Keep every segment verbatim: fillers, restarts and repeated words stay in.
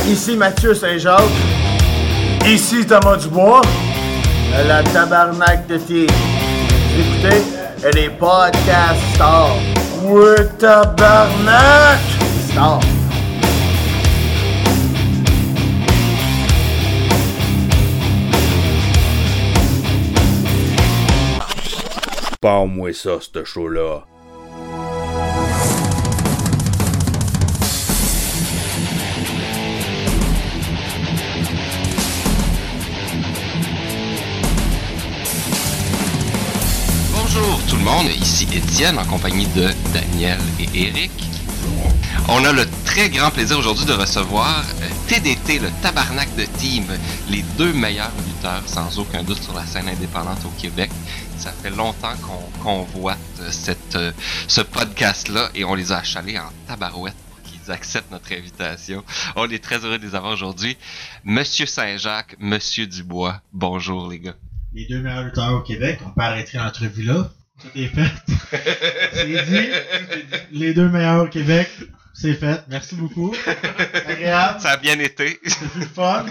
Ici Mathieu Saint-Jacques. Ici Thomas Dubois. La tabarnak de team. Écoutez, les podcasts stars. Ouais, tabarnak! Stars. Parle-moi ça, ce show-là. Bonjour tout le monde, ici Étienne en compagnie de Daniel et Eric. On a le très grand plaisir aujourd'hui de recevoir T D T, le tabarnak de team, les deux meilleurs lutteurs sans aucun doute sur la scène indépendante au Québec. Ça fait longtemps qu'on convoite cette, ce podcast-là et on les a achalés en tabarouette pour qu'ils acceptent notre invitation. On est très heureux de les avoir aujourd'hui. Monsieur Saint-Jacques, Monsieur Dubois, bonjour les gars. Les deux meilleurs lutteurs au Québec, on peut arrêter l'entrevue là. Tout est fait. C'est dit. Les deux meilleurs au Québec, c'est fait. Merci beaucoup. Agréable. Ça a bien été. C'est le fun.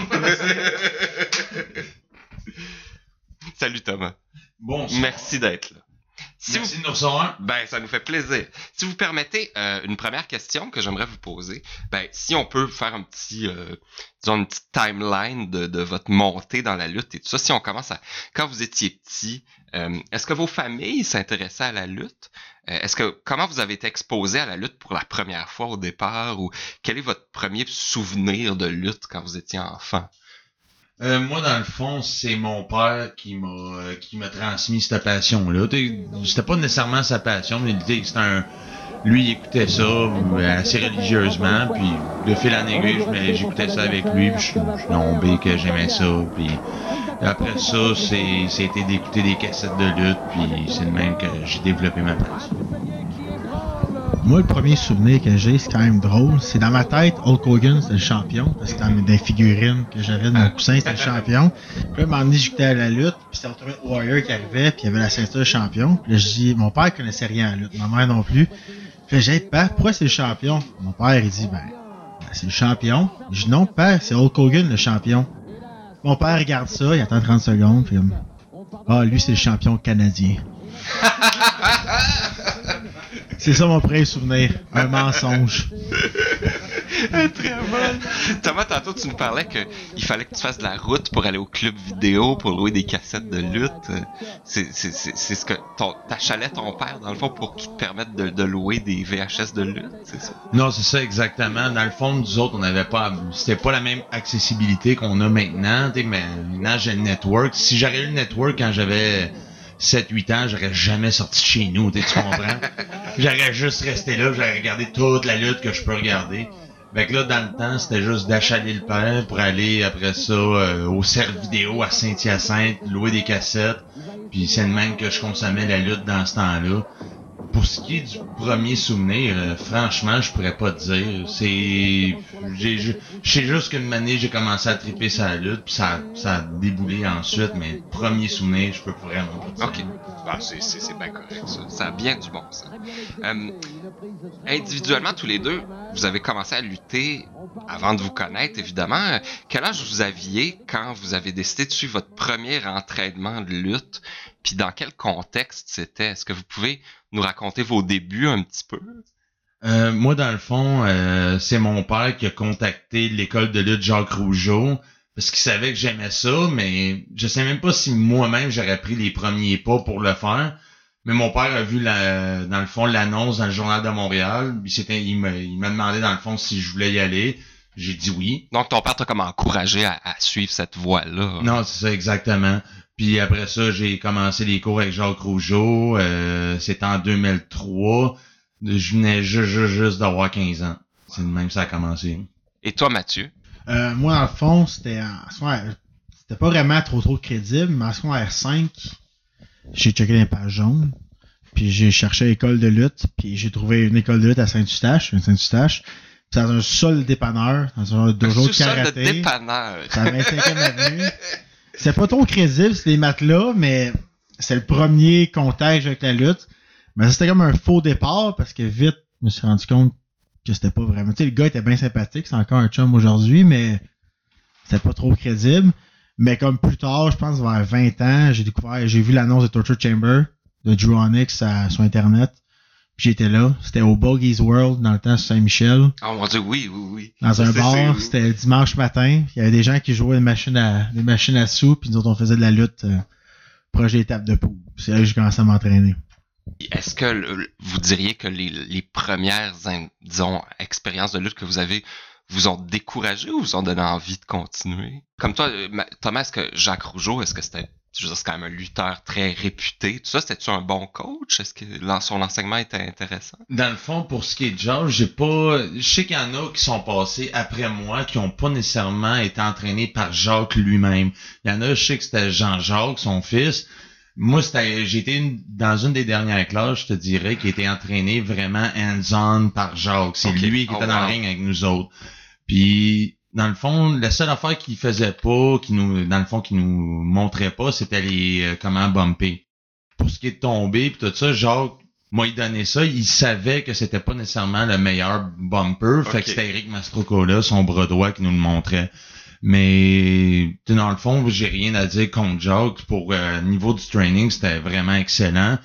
Salut Thomas. Bonsoir. Merci d'être là. Si Merci vous... de nous recevoir. Ben, ça nous fait plaisir. Si vous permettez, euh, une première question que j'aimerais vous poser, ben, si on peut faire un petit, euh, disons une petite timeline de, de votre montée dans la lutte et tout ça. Si on commence à, quand vous étiez petit, euh, est-ce que vos familles s'intéressaient à la lutte? Euh, est-ce que, comment vous avez été exposé à la lutte pour la première fois au départ ou quel est votre premier souvenir de lutte quand vous étiez enfant? Euh, moi, dans le fond, c'est mon père qui m'a euh, qui m'a transmis cette passion-là. T'sais, c'était pas nécessairement sa passion, mais c'était un. Lui, il écoutait ça assez religieusement, puis de fil en aiguille, mais j'écoutais ça avec lui, puis je suis tombé que j'aimais ça, puis après ça, c'est c'était d'écouter des cassettes de lutte, puis c'est le même que j'ai développé ma passion. Moi, le premier souvenir que j'ai, c'est quand même drôle. C'est dans ma tête, Hulk Hogan, c'était le champion. Parce que dans des figurines que j'avais de mon coussin, c'était le champion. Puis là, à un moment donné, j'écoutais à la lutte. Puis c'était Ultimate Warrior qui arrivait. Puis il y avait la ceinture champion. Puis là, je dis, mon père connaissait rien à la lutte. Ma mère non plus. Puis là, j'ai dit, père, pourquoi c'est le champion? Mon père, il dit, ben, ben c'est le champion. Je dis, non, père, c'est Hulk Hogan, le champion. Mon père regarde ça, il attend trente secondes. Puis ah, lui, c'est le champion canadien. C'est ça mon premier souvenir, un mensonge. Très bonne. Thomas, tantôt tu nous parlais qu'il fallait que tu fasses de la route pour aller au club vidéo, pour louer des cassettes de lutte. C'est, c'est, c'est, c'est ce que ton, t'achalais ton père, dans le fond, pour qu'il te permette de, de louer des V H S de lutte, c'est ça? Non, c'est ça exactement. Dans le fond, nous autres, on n'avait pas, c'était pas la même accessibilité qu'on a maintenant. T'sais, mais maintenant, j'ai le network. Si j'aurais eu le network quand j'avais sept huit ans, j'aurais jamais sorti de chez nous, tu comprends? J'aurais juste resté là, j'aurais regardé toute la lutte que je peux regarder. Fait que là, dans le temps, c'était juste d'achaler le père pour aller, après ça, euh, au cercle vidéo à Saint-Hyacinthe, louer des cassettes. Puis c'est le même que je consommais la lutte dans ce temps-là. Pour ce qui est du premier souvenir, euh, franchement, je pourrais pas te dire. C'est, j'ai, je sais juste qu'une année, j'ai commencé à triper sur la lutte, puis ça, ça a déboulé ensuite, mais premier souvenir, je peux vraiment pas te dire. Ok, bah, c'est, c'est, c'est bien correct, ça. Ça a bien du bon sens. Euh, individuellement, tous les deux, vous avez commencé à lutter avant de vous connaître, évidemment. Quel âge vous aviez quand vous avez décidé de suivre votre premier entraînement de lutte? Puis dans quel contexte c'était? Est-ce que vous pouvez nous raconter vos débuts un petit peu? Euh, moi, dans le fond, euh, c'est mon père qui a contacté l'école de lutte Jacques Rougeau parce qu'il savait que j'aimais ça, mais je sais même pas si moi-même j'aurais pris les premiers pas pour le faire. Mais mon père a vu la, dans le fond l'annonce dans le Journal de Montréal. Il, s'était, il, m'a, il m'a demandé dans le fond si je voulais y aller. J'ai dit oui. Donc ton père t'a comme encouragé à, à suivre cette voie-là. Non, c'est ça exactement. Puis après ça, j'ai commencé les cours avec Jacques Rougeau. Euh, c'était en deux mille trois. Je venais juste, juste, juste d'avoir quinze ans. C'est le même ça a commencé. Et toi, Mathieu? Euh, moi, dans le fond, c'était en secondaire, c'était pas vraiment trop trop crédible, mais en secondaire cinq, j'ai checké les pages jaunes, puis j'ai cherché l'école de lutte, puis j'ai trouvé une école de lutte à Saint-Eustache, une Saint-Eustache. C'est dans un sol dépanneur, dans un dojo de karaté. Un de dépanneur. C'est à vingt-cinquième avenue. C'est pas trop crédible, c'est des matelas, mais c'est le premier contact avec la lutte. Mais c'était comme un faux départ, parce que vite, je me suis rendu compte que c'était pas vraiment... Tu sais, le gars était bien sympathique, c'est encore un chum aujourd'hui, mais c'était pas trop crédible. Mais comme plus tard, je pense vers vingt ans, j'ai découvert, j'ai vu l'annonce de Torture Chamber de Drew Onyx à, sur Internet. Puis j'étais là. C'était au Bogies World dans le temps sur Saint-Michel. Oh mon dieu, oui, oui, oui. Dans un C'est- bar, c'est- c'était le dimanche matin. Il y avait des gens qui jouaient des machines à, des machines à sous, puis nous autres on faisait de la lutte euh, proche des tables de poule. C'est là que j'ai commencé à m'entraîner. Est-ce que le- vous diriez que les, les premières, hein, disons, expériences de lutte que vous avez vous ont découragé ou vous ont donné envie de continuer? Comme toi, euh, Ma- Thomas, est-ce que Jacques Rougeau, est-ce que c'était, je veux dire, c'est quand même un lutteur très réputé, tout ça, c'était-tu un bon coach? Est-ce que l'en- son enseignement était intéressant? Dans le fond, pour ce qui est de Jacques, j'ai pas, je sais qu'il y en a qui sont passés après moi, qui ont pas nécessairement été entraînés par Jacques lui-même. Il y en a, je sais que c'était Jean-Jacques, son fils. Moi, c'était, j'ai été une- dans une des dernières classes, je te dirais, qui était entraîné vraiment hands-on par Jacques. C'est Ok. lui qui Oh, était dans wow. le ring avec nous autres. Puis, dans le fond, la seule affaire qu'il faisait pas, qui nous, dans le fond, qu'il nous montrait pas, c'était les, euh, comment bumper. Pour ce qui est de tomber pis tout ça, Jacques, moi, il donnait ça, il savait que c'était pas nécessairement le meilleur bumper, fait Ok. que c'était Eric Mastrocola, son bras droit, qui nous le montrait. Mais, tu sais, dans le fond, j'ai rien à dire contre Jacques. Pour euh, niveau du training, c'était vraiment excellent.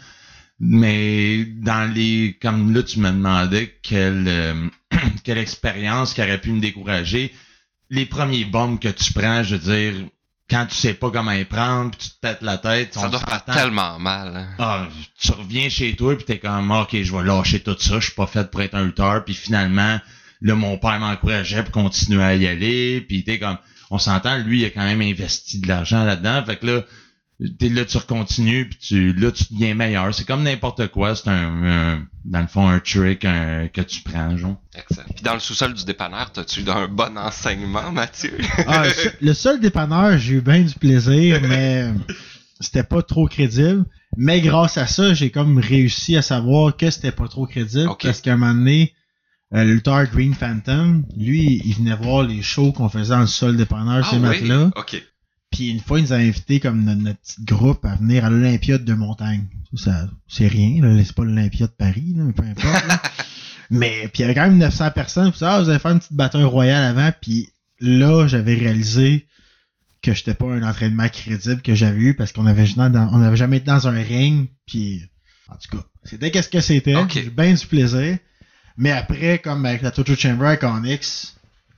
Mais dans les, comme là, tu me demandais quelle, euh, quelle expérience qui aurait pu me décourager. Les premiers bombes que tu prends, je veux dire, quand tu sais pas comment les prendre, puis tu te pètes la tête, Ça on doit faire s'entend. tellement mal. Hein. Ah, tu reviens chez toi pis t'es comme, ok, je vais lâcher tout ça, je suis pas fait pour être un lutteur, puis finalement, là, mon père m'encourageait pour continuer à y aller, puis t'es comme, on s'entend, lui, il a quand même investi de l'argent là-dedans, fait que là, t'es là, tu recontinues, puis tu, là, tu deviens meilleur. C'est comme n'importe quoi, c'est un, un- dans le fond, un trick un- que tu prends, genre. Excellent. Puis dans le sous-sol du dépanneur, t'as-tu eu un bon enseignement, Mathieu? Ah, le seul- le seul dépanneur, j'ai eu bien du plaisir, mais c'était pas trop crédible. Mais grâce à ça, j'ai comme réussi à savoir que c'était pas trop crédible. Ok. Parce qu'à un moment donné, euh, le lutteur Green Phantom, lui, il venait voir les shows qu'on faisait dans le sol dépanneur, ces matchs-là. Ok. Puis une fois, il nous a invités comme notre, notre petit groupe à venir à l'Olympiade de Montagne. Ça, ça c'est rien, là, c'est pas l'Olympiade de Paris, là, mais peu importe. Là. Mais puis il y avait quand même neuf cents personnes. Puis ça, ah, vous allez faire une petite bataille royale avant. Puis là, j'avais réalisé que j'étais pas un entraînement crédible que j'avais eu parce qu'on avait jamais dans, on avait jamais été dans un ring. Puis en tout cas, c'était qu'est-ce que c'était. Ok. J'ai eu bien du plaisir. Mais après, comme avec la Torture Chamber avec Onyx,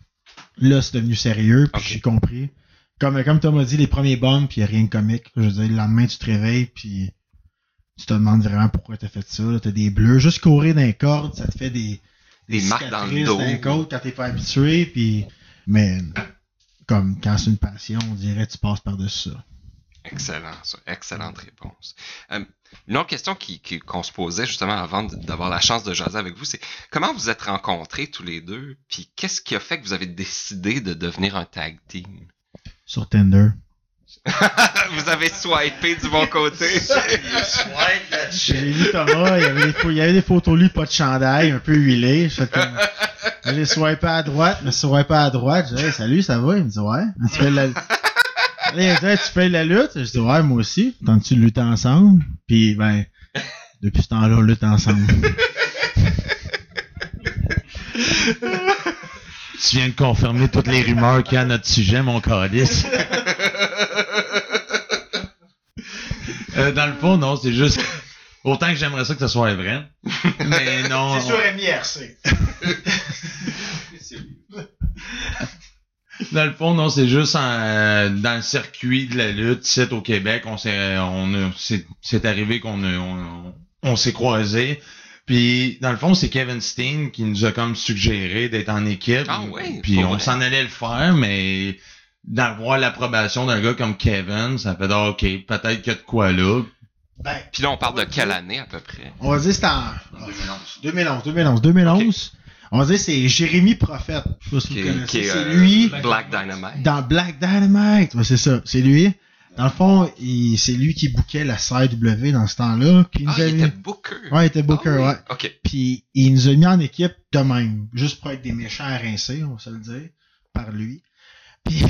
là, c'est devenu sérieux. Puis Ok. j'ai compris. Comme, comme Tom a dit, les premiers bombes, puis il n'y a rien de comique. Je veux dire, le lendemain, tu te réveilles, puis tu te demandes vraiment pourquoi tu as fait ça. Tu as des bleus. Juste courir dans les cordes, ça te fait des, Des marques dans le cicatrices dos. dans les côtes quand t'es pas habitué. Puis, mais comme quand c'est une passion, on dirait que tu passes par-dessus ça. Excellent, ça. Excellente réponse. Euh, une autre question qui, qui- qu'on se posait justement avant de- d'avoir la chance de jaser avec vous, c'est comment vous êtes rencontrés tous les deux, puis qu'est-ce qui a fait que vous avez décidé de devenir un tag team? Sur Tinder. Vous avez swipé du bon côté. J'ai vu Thomas, il y avait des, pho- il y avait des photos de lui, pas de chandail, un peu huilé. Je fais comme, j'ai swipé à droite, mais swipé à droite. J'ai dit, hey, salut, ça va? Il me dit, ouais. Tu fais de la, il me dit, hey, tu fais de la lutte? Je dis, ouais, moi aussi. Tentes-tu de lutter ensemble? Puis, ben, depuis ce temps-là, on lutte ensemble. Tu viens de confirmer toutes les rumeurs qu'il y a à notre sujet, mon calice. euh, dans le fond, non, c'est juste... Autant que j'aimerais ça que ce soit vrai. Mais non... on- M I R C. Dans le fond, non, c'est juste en, euh, dans le circuit de la lutte, ici au Québec, on s'est, on a, c'est, c'est arrivé qu'on a, on, on s'est croisés. Puis, dans le fond, c'est Kevin Steen qui nous a comme suggéré d'être en équipe. Ah oui, Puis pour on vrai. s'en allait le faire, mais d'avoir l'approbation d'un gars comme Kevin, ça fait ah, ok, peut-être qu'il y a de quoi là. Ben, Puis là, on parle de quelle année à peu près? on va dire que c'était en deux mille onze. deux mille onze. deux mille onze. On va dire que c'est Jérémy Prophète. Je sais pas si Qui vous est- connaissez. qui est, C'est euh, lui. Black Dynamite. Dans Black Dynamite. Ouais, c'est ça. C'est lui. Dans le fond, il- c'est lui qui bookait la C W dans ce temps-là. Qui nous Ah, il avait- était Booker. Ouais, il était Booker, Ah oui. ouais. Ok. Puis il nous a mis en équipe de même. Juste pour être des méchants à rincer, on va se le dire. Par lui. Puis...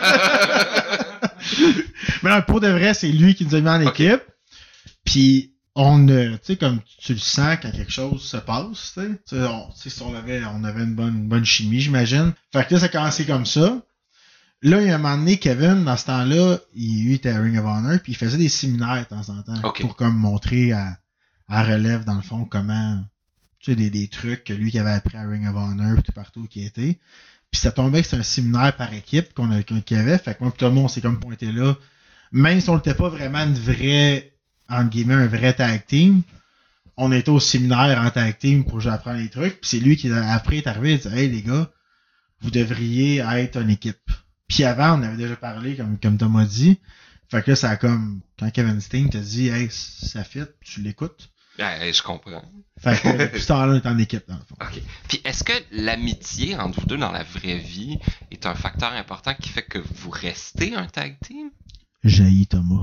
Mais non, pour de vrai, c'est lui qui nous a mis en Ok. équipe. Puis on, euh, tu sais, comme tu le sens quand quelque chose se passe, tu sais. Tu sais, on, tu sais, si on avait, on avait une bonne, une bonne chimie, j'imagine. Fait que là, ça a commencé comme ça. Là, il y a un moment donné, Kevin, dans ce temps-là, il était à Ring of Honor, puis il faisait des séminaires de temps en temps. Okay. Pour comme montrer à, à Relève, dans le fond, comment, tu sais, des, des trucs que lui qui avait appris à Ring of Honor, puis tout partout où il était. Puis ça tombait que c'était un séminaire par équipe qu'on a, qu'il y avait. Fait que moi, tout le monde s'est comme pointé là. Même si on n'était pas vraiment une vraie, entre guillemets, un vrai tag team, on était au séminaire en tag team pour que j'apprenne les trucs. Puis c'est lui qui, après, est arrivé et dit « Hey, les gars, vous devriez être une équipe. » Puis avant, on avait déjà parlé, comme, comme Thomas dit. Fait que là, ça a comme, quand Kevin Steen t'a dit « Hey, ça fit, tu l'écoutes. » Ouais, je comprends. Fait que depuis ce temps-là, on est en équipe, dans le fond. OK. Puis est-ce que l'amitié entre vous deux dans la vraie vie est un facteur important qui fait que vous restez un tag team? J'haïs Thomas.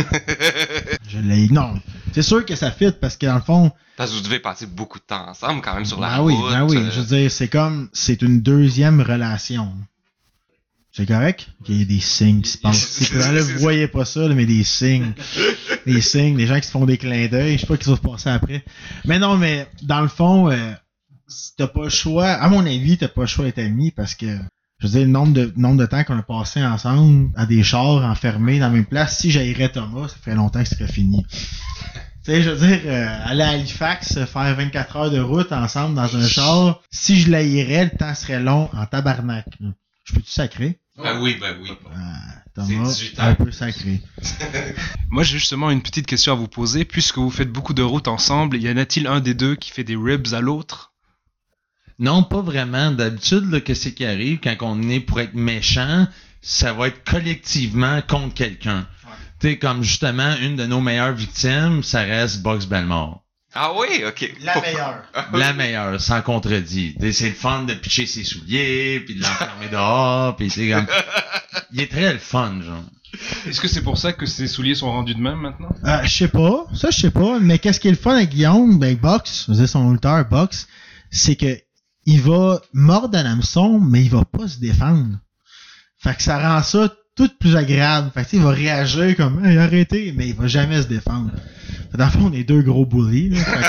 Je l'ai. Non. C'est sûr que ça fit parce que dans le fond. Parce que vous devez passer beaucoup de temps ensemble quand même sur la ben oui, route. Ben oui, euh... je veux dire, c'est comme. C'est une deuxième relation. C'est correct? Il y a des signes qui se passent. Là, vous voyez pas ça, là, mais des signes. Des signes, des gens qui se font des clins d'œil. Je sais pas ce qui va se passer après. Mais non, mais dans le fond, euh, t'as pas le choix. À mon avis, t'as pas le choix d'être ami parce que. Je veux dire, le nombre de, nombre de temps qu'on a passé ensemble à des chars enfermés dans la même place, si j'haïrais Thomas, ça ferait longtemps que ce serait fini. Tu sais, je veux dire, euh, aller à Halifax, faire vingt-quatre heures de route ensemble dans un char, si je l'haïrais, le temps serait long en tabarnak. Je peux-tu sacrer? Ben oui, ben oui. Ah, Thomas, C'est un peu sacré. Moi, j'ai justement une petite question à vous poser. Puisque vous faites beaucoup de routes ensemble, y en a-t-il un des deux qui fait des ribs à l'autre? Non, pas vraiment. D'habitude, là, qu'est-ce qui arrive quand on est pour être méchant, ça va être collectivement contre quelqu'un. Ouais. Tu sais, comme justement, une de nos meilleures victimes, ça reste Box Belmore. Ah oui, ok. La meilleure. La meilleure, sans contredit. T'sais, c'est le fun de pitcher ses souliers, puis de l'enfermer dehors, puis c'est comme... Il est très le fun, genre. Est-ce que c'est pour ça que ses souliers sont rendus de même maintenant? Euh, je sais pas. Ça, je sais pas. Mais qu'est-ce qui est le fun avec Guillaume, ben, Box, je veux dire, son lutteur, Box, c'est que il va mordre à l'hameçon, mais il va pas se défendre. Fait que ça rend ça tout plus agréable. Fait que il va réagir comme hey, arrêtez, mais il va jamais se défendre. Fait dans le fond, on est deux gros bullies. Là, fait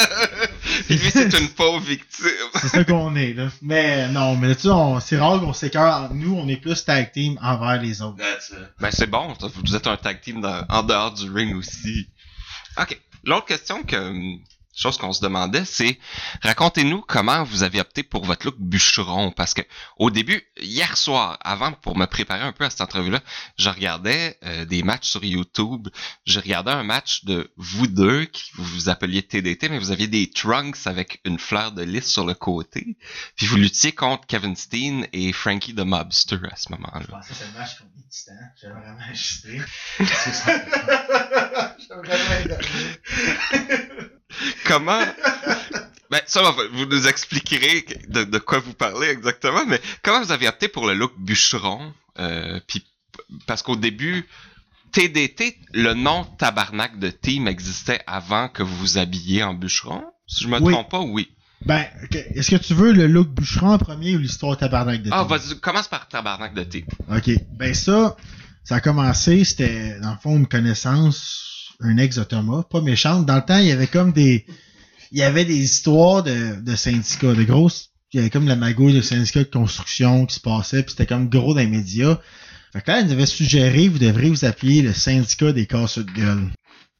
que, lui, c'est une pauvre victime. C'est ça qu'on est. Là. Mais non, mais tu sais, c'est rare qu'on s'écœure entre nous, on est plus tag team envers les autres. Ben c'est bon, vous êtes un tag team dans, en dehors du ring aussi. Ok, l'autre question que... chose qu'on se demandait, c'est racontez-nous comment vous avez opté pour votre look bûcheron, parce que au début, hier soir, avant pour me préparer un peu à cette entrevue-là, je regardais euh, des matchs sur YouTube, je regardais un match de vous deux qui vous vous appeliez T D T, mais vous aviez des trunks avec une fleur de lys sur le côté, puis vous luttiez contre Kevin Steen et Frankie the Mobster à ce moment-là. Je pensais que c'était le match contre les Titans, j'avais vraiment enregistré. C'est ça. J'avais vraiment enregistré. Comment... Ben, ça, vous nous expliquerez de, de quoi vous parlez exactement, mais comment vous avez opté pour le look bûcheron? Euh, puis, parce qu'au début, T D T, le nom tabarnak de team existait avant que vous vous habilliez en bûcheron? Si je me oui. trompe pas, oui. Ben, okay. Est-ce que tu veux le look bûcheron en premier ou l'histoire tabarnak de team? Ah, vas-y, commence par tabarnak de team. Ok, ben ça, ça a commencé, c'était dans le fond une connaissance... un ex de Thomas, pas méchante. Dans le temps, il y avait comme des, il y avait des histoires de, de syndicats, de grosses, il y avait comme la magouille de syndicats de construction qui se passait, puis c'était comme gros dans les médias. Fait que là, ils nous avaient suggéré, vous devrez vous appeler le syndicat des casseux de gueule.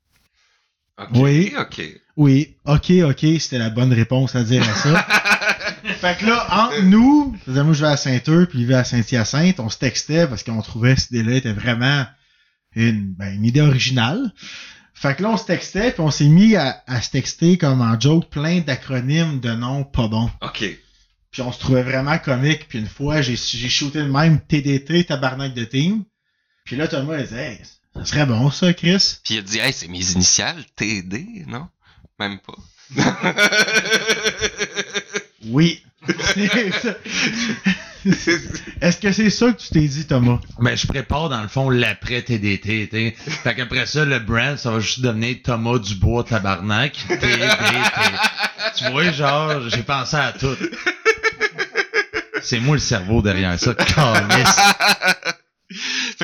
Ok, oui, ok. Oui, ok, ok, c'était la bonne réponse à dire à ça. Fait que là, entre nous, moi je vais à Saint-Euch, puis il va à Saint-Hyacinthe, on se textait parce qu'on trouvait que cette idée-là était vraiment Une, ben, une idée originale. Fait que là, on se textait, puis on s'est mis à, à se texter comme en joke plein d'acronymes de noms pas bons. OK. Puis on se trouvait vraiment comique. Puis une fois, j'ai, j'ai shooté le même T D T, tabarnak de team. Puis là, Thomas, il dit hey, ça serait bon ça, Chris. Puis il a dit hey, c'est mes initiales, T D, non? Même pas. Oui. Est-ce que c'est ça que tu t'es dit, Thomas? Ben, je prépare, dans le fond, l'après-T D T, t'sais. Fait qu'après ça, le brand, ça va juste devenir Thomas Dubois Tabarnak. T D T. Tu vois, genre, j'ai pensé à tout. C'est moi le cerveau derrière ça, calisse. Fait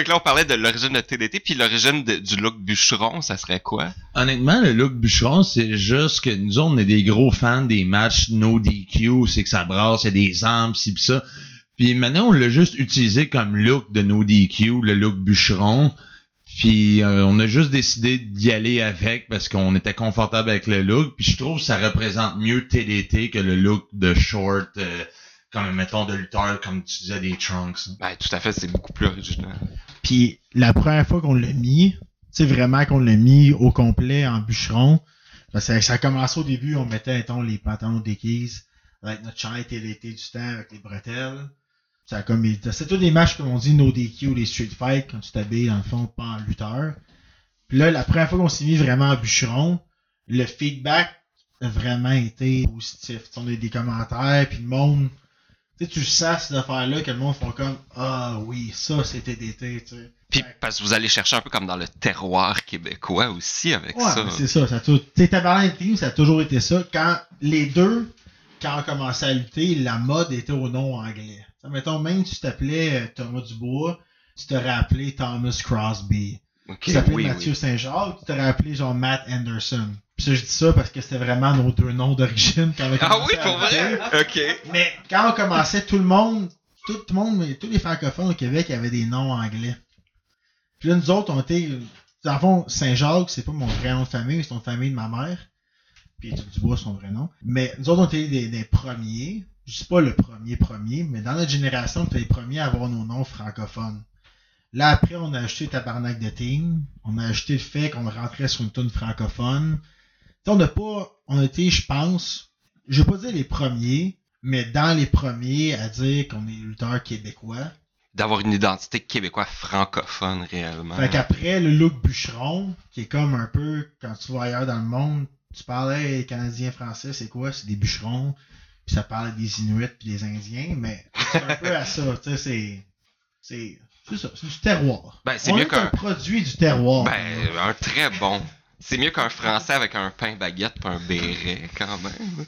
fait que là, on parlait de l'origine de T D T, puis l'origine de, du look bûcheron, ça serait quoi? Honnêtement, le look bûcheron, c'est juste que nous, on est des gros fans des matchs no D Q, c'est que ça brasse, il y a des armes, ci pis ça. Puis maintenant, on l'a juste utilisé comme look de no D Q, le look bûcheron. Puis euh, on a juste décidé d'y aller avec parce qu'on était confortable avec le look. Puis je trouve que ça représente mieux T D T que le look de short, euh, comme mettons de lutteur, comme tu disais, des Trunks. Ben, tout à fait, c'est beaucoup plus original. Puis la première fois qu'on l'a mis, tu sais vraiment qu'on l'a mis au complet en bûcheron, parce que ça a commencé au début, on mettait mettons, les pantalons d'équise avec notre chandail T D T du temps, avec les bretelles. Ça a comme, c'est tous des matchs comme on dit no D Q, les street fight, quand tu t'habilles dans le fond pas en lutteur. Puis là, la première fois qu'on s'est mis vraiment en bûcheron, le feedback a vraiment été positif. T'sais, on a eu des commentaires, puis le monde, tu sais, tu sens cette affaire-là que le monde font comme ah oui, ça c'est T D T, tu sais. Puis parce que vous allez chercher un peu comme dans le terroir québécois aussi avec ouais, ça. C'est ça, ça a tout. Tu sais, Tabarnak Team, ça a toujours été ça. Quand les deux, quand on commençait à lutter, la mode était au nom anglais. T'sais, mettons, même si tu t'appelais Thomas Dubois, tu t'aurais appelé Thomas Crosby. Okay, Tu t'appelais oui, Mathieu oui. Saint-Jacques, tu t'aurais appelé genre Matt Anderson. Puis ça, je dis ça parce que c'était vraiment nos deux noms d'origine quand on a Ah commencé oui, à pour lutter. vrai? Ok. Mais quand on commençait, tout le monde, tout, tout le monde, mais tous les francophones au Québec avaient des noms anglais. Puis là, nous autres, on était, dans le fond, Saint-Jacques, c'est pas mon vrai nom de famille, mais c'est ton famille de ma mère. Puis Dubois, son vrai nom. Mais nous autres, on était des, des premiers. Je dis pas le premier premier, mais dans notre génération, on était les premiers à avoir nos noms francophones. Là, après, on a acheté Tabarnak de Team. On a acheté le fait qu'on rentrait sur une toune francophone. T'sais, on n'a pas, on a été, je pense, je vais pas dire les premiers, mais dans les premiers à dire qu'on est lutteur québécois. D'avoir une identité québécoise francophone réellement. Fait qu'après, le look bûcheron, qui est comme un peu, quand tu vas ailleurs dans le monde, tu parlais hey, Canadiens français, c'est quoi? C'est des bûcherons. Puis ça parle des Inuits puis des Indiens, mais c'est un peu à ça, tu sais, c'est, c'est, c'est ça, c'est du terroir. Ben, c'est on mieux est qu'un un produit du terroir. Ben, un très bon. C'est mieux qu'un français avec un pain baguette pis un béret, quand même.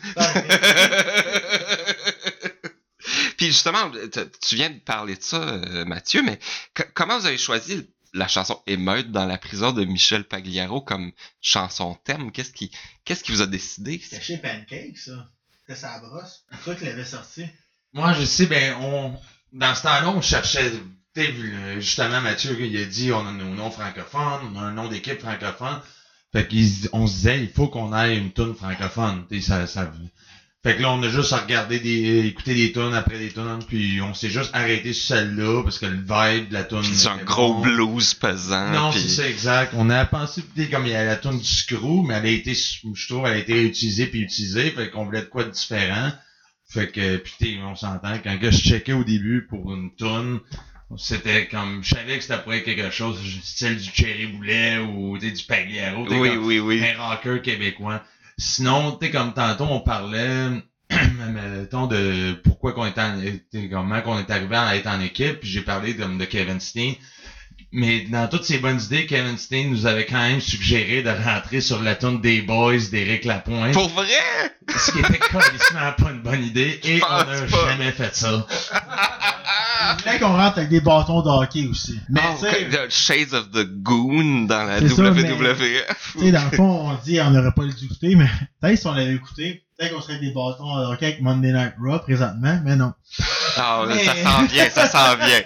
Puis justement, tu viens de parler de ça, euh, Mathieu, mais c- comment vous avez choisi la chanson Émeute dans la prison de Michel Pagliaro comme chanson thème? Qu'est-ce qui, qu'est-ce qui vous a décidé? C'était chez Pancake, ça. C'était sa brosse. C'est toi qui l'avais sorti. Moi, je sais, ben, on, dans ce temps-là, on cherchait, tu sais, justement, Mathieu, il a dit, on a nos noms francophones, on a un nom d'équipe francophone. Fait qu'on se disait, il faut qu'on ait une toune francophone, tu sais, ça, ça, fait que là, on a juste regardé des, écouté des tunes après des tunes, puis on s'est juste arrêté sur celle-là, parce que le vibe de la tune. C'est un gros bon. blues pesant. Non, pis... c'est ça, exact. On a pensé, peut-être comme il y a la tune du Screw, mais elle a été, je trouve, elle a été réutilisée puis utilisée, fait qu'on voulait de quoi de différent. Fait que, pis t'sais, on s'entend, quand que je checkais au début pour une tune, c'était comme, je savais que c'était pour être quelque chose, style du Cherry Boulet ou du Pagliaro, Oui, comme oui, oui. un rocker québécois. Sinon, tu sais, comme tantôt, on parlait, mettons, de pourquoi qu'on était en, t'sais, comment qu'on est arrivé à être en équipe, puis j'ai parlé de, de Kevin Steen. Mais dans toutes ces bonnes idées, Kevin Steen nous avait quand même suggéré de rentrer sur la tune des Boys d'Éric Lapointe. Pour vrai? Ce qui était carrément pas une bonne idée, et on pense n'a pas. jamais fait ça. Il voulait qu'on rentre avec des bâtons de hockey aussi. Mais, Oh, tu sais, the Shades of the Goon dans la C'est ça, W W F. tu sais, dans le fond, on dit, on n'aurait pas dû écouter, mais peut-être si on l'avait écouté, peut-être qu'on serait des bâtons de hockey avec Monday Night Raw présentement, mais non. Ah, Mais- ça s'en vient, ça s'en vient.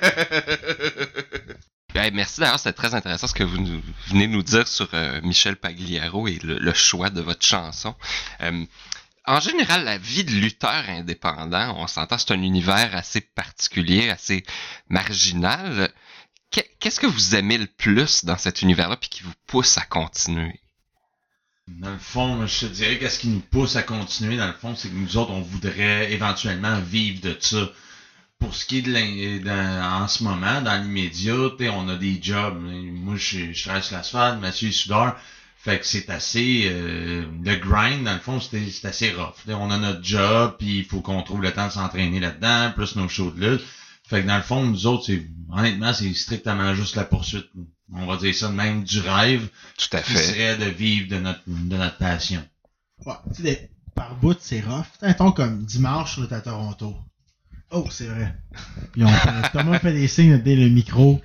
Hey, merci d'ailleurs, c'était très intéressant ce que vous nous, venez nous dire sur euh, Michel Pagliaro et le, le choix de votre chanson. Euh, en général, la vie de lutteur indépendant, on s'entend, c'est un univers assez particulier, assez marginal. Qu'est- Qu'est-ce que vous aimez le plus dans cet univers-là puis qui vous pousse à continuer? Dans le fond, moi, je te dirais qu'est-ce qui nous pousse à continuer, dans le fond, c'est que nous autres, on voudrait éventuellement vivre de ça. Pour ce qui est de l'in- dans- en ce moment, dans l'immédiat, t'sais, on a des jobs. Moi, je, je travaille sur l'asphalte, Mathieu est soudeur. Fait que c'est assez... Euh, le grind, dans le fond, c'est c'est assez rough. T'sais, on a notre job, puis il faut qu'on trouve le temps de s'entraîner là-dedans, plus nos shows de lutte. Fait que dans le fond, nous autres, c'est honnêtement, c'est strictement juste la poursuite. On va dire ça de même, du rêve, Tout à qui fait. serait de vivre de notre, de notre passion. Ouais, tu sais, des- par bout, c'est rough. Mettons comme dimanche, on est à Toronto. Oh, c'est vrai. Puis on fait, Thomas fait des signes dès le micro.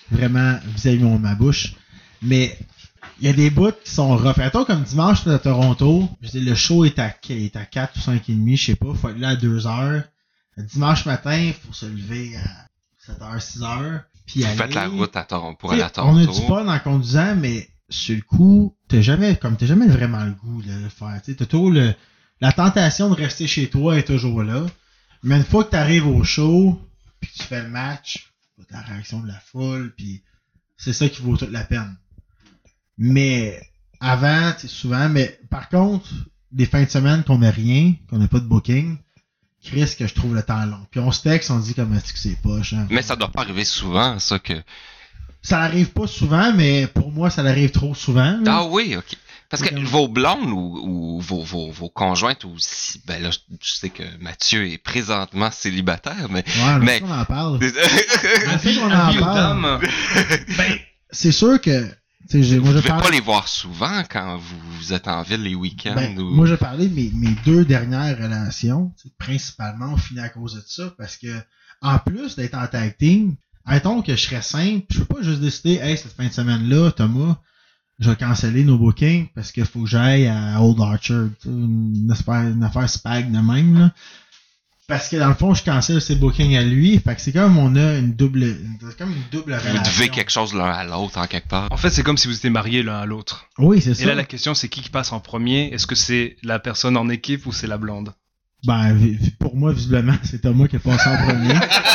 vraiment vis-à-vis de ma bouche. Mais il y a des bouts qui sont rough. Attends, comme dimanche, à Toronto, je dis, le show est à, est à quatre ou cinq et demi, je sais pas, faut être là à deux heures. Dimanche matin, il faut se lever à sept heures, six heures. Puis Vous aller, faites la route à Toronto pour aller aller à Toronto. On a du fun en conduisant, mais sur le coup, t'as jamais, comme t'as jamais vraiment le goût de le faire. T'sais, t'as toujours le, la tentation de rester chez toi est toujours là. Mais une fois que t'arrives au show, puis que tu fais le match, la réaction de la foule, puis c'est ça qui vaut toute la peine. Mais avant, tu sais, souvent, mais par contre, des fins de semaine qu'on n'a rien, qu'on n'a pas de booking, Chris, que je trouve le temps long. Puis on se texte, on dit comme est-ce que c'est poche. Hein? Mais ça doit pas arriver souvent, ça, que... Ça arrive pas souvent, mais pour moi, ça arrive trop souvent. Là. Ah oui, ok. Parce que Oui. vos blondes ou, ou vos, vos, vos conjointes, ou si, ben là, je, je sais que Mathieu est présentement célibataire, mais... Ouais, mais... on en parle. Vous Je sais qu'on en parle. Ben, c'est sûr que... T'sais, j'ai, moi, je devez parle... pas les voir souvent quand vous, vous êtes en ville les week-ends. Ben, ou... Moi, je parlais de mes, mes deux dernières relations. Principalement, on finit à cause de ça. Parce que, en plus d'être en tag team, admettons que je serais simple, je peux pas juste décider, hey, cette fin de semaine-là, Thomas, je vais canceller nos bookings parce qu'il faut que j'aille à Old Orchard. Une affaire, une affaire spag de même, là. Parce que dans le fond, je cancelle ses bookings à lui. Fait que c'est comme on a une double, une, c'est comme une double Vous relation. devez quelque chose l'un à l'autre en quelque part. En fait, c'est comme si vous étiez mariés l'un à l'autre. Oui, c'est ça. Et là, la question, c'est qui qui passe en premier? Est-ce que c'est la personne en équipe ou c'est la blonde? Ben, vi- vi- pour moi, visiblement, c'est Thomas qui est passé en premier.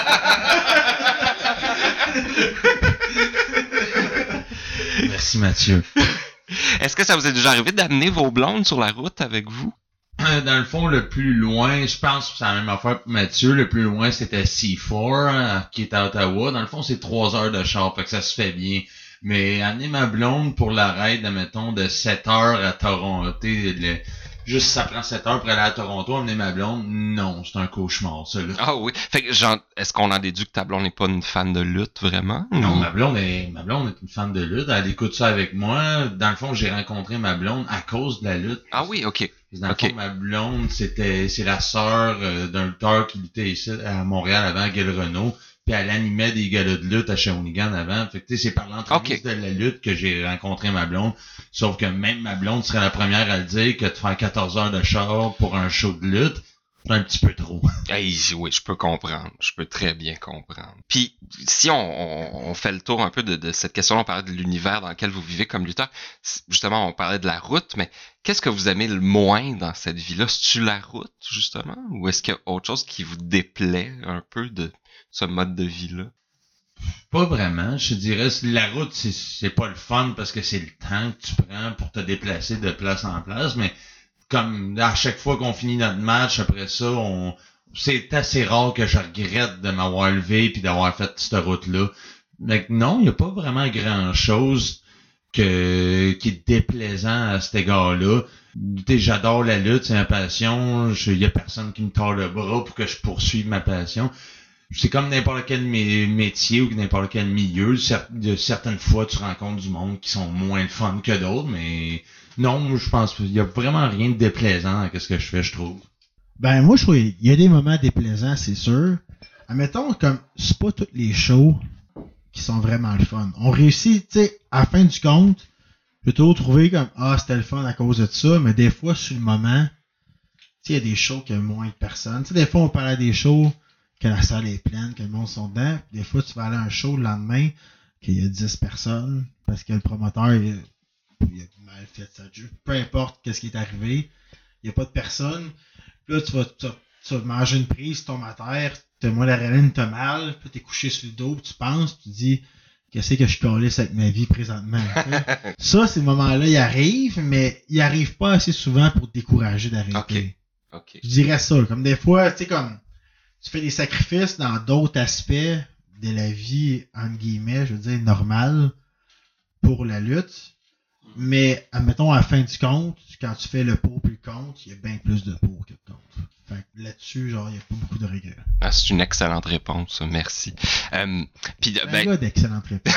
Merci Mathieu. Est-ce que ça vous est déjà arrivé d'amener vos blondes sur la route avec vous? Euh, Dans le fond, le plus loin, je pense que c'est la même affaire pour Mathieu, le plus loin c'était C quatre, hein, qui est à Ottawa. Dans le fond, c'est trois heures de char, fait que ça se fait bien. Mais amener ma blonde pour la raid, admettons, de sept heures à Toronto, le, juste ça prend sept heures pour aller à Toronto, amener ma blonde, non, c'est un cauchemar, ça, là. Ah oui. Fait que, genre, est-ce qu'on en déduit que ta blonde n'est pas une fan de lutte, vraiment? Non, Ou- ma blonde est, ma blonde est une fan de lutte, elle écoute ça avec moi. Dans le fond, j'ai rencontré ma blonde à cause de la lutte. Ah oui, ok. Dans Ok. le fond, ma blonde, c'était, c'est la sœur euh, d'un lutteur qui luttait ici à Montréal avant, Guy Renault. Puis elle animait des galas de lutte à Shawinigan avant. Fait que tu sais, c'est par l'entremise Ok. de la lutte que j'ai rencontré ma blonde. Sauf que même ma blonde serait la première à le dire que de faire quatorze heures de char pour un show de lutte, c'est un petit peu trop. Hey, oui, je peux comprendre. Je peux très bien comprendre. Puis, si on, on, on fait le tour un peu de, de cette question, on parlait de l'univers dans lequel vous vivez comme lutteur. C'est- Justement, on parlait de la route, mais qu'est-ce que vous aimez le moins dans cette vie-là? C'est-tu la route, justement? Ou est-ce qu'il y a autre chose qui vous déplaît un peu de ce mode de vie-là? Pas vraiment. Je te dirais, c'est- la route, c'est, c'est pas le fun parce que c'est le temps que tu prends pour te déplacer de place en place, mais comme à chaque fois qu'on finit notre match, après ça, on c'est assez rare que je regrette de m'avoir levé puis d'avoir fait cette route-là. Donc non, il n'y a pas vraiment grand-chose que qui est déplaisant à cet égard-là. Tu sais, j'adore la lutte, c'est ma passion. Il y a personne qui me tord le bras pour que je poursuive ma passion. C'est comme n'importe quel mé- métier ou n'importe quel milieu. Cer- de certaines fois, tu rencontres du monde qui sont moins le fun que d'autres, mais non, moi, je pense qu'il y a vraiment rien de déplaisant dans ce que je fais, je trouve. Ben, moi, je trouve il y a des moments déplaisants, c'est sûr. Admettons, comme, c'est pas tous les shows qui sont vraiment le fun. On réussit, tu sais, à la fin du compte, plutôt trouver comme, ah, c'était le fun à cause de ça, mais des fois, sur le moment, tu sais, il y a des shows qui ont moins de personnes. Tu sais, des fois, on parle à des shows que la salle est pleine, que le monde sont dedans. Puis des fois, tu vas aller à un show le lendemain, qu'il y a dix personnes, parce que le promoteur, il, il a mal fait ça. Peu importe qu'est-ce qui est arrivé, il n'y a pas de personne. Puis là, tu vas, tu, vas, tu vas manger une prise, tu tombes à terre, t'as moins l'adrénaline, t'as mal, puis t'es couché sur le dos, puis tu penses, puis tu dis, qu'est-ce que je calisse avec ma vie présentement? Ça, ces moments-là, ils arrivent, mais ils arrivent pas assez souvent pour te décourager d'arrêter. Ok. Ok. Je dirais ça. Comme des fois, tu sais, comme tu fais des sacrifices dans d'autres aspects de la vie, entre guillemets, je veux dire, normale pour la lutte. Mais, admettons, à la fin du compte, quand tu fais le pour puis le contre, il y a bien plus de pour que de contre. Fait que là-dessus, genre, il n'y a pas beaucoup de regrets. Ah, c'est une excellente réponse, ça. Merci. Euh, puis, Un ben, gars d'excellente réponse.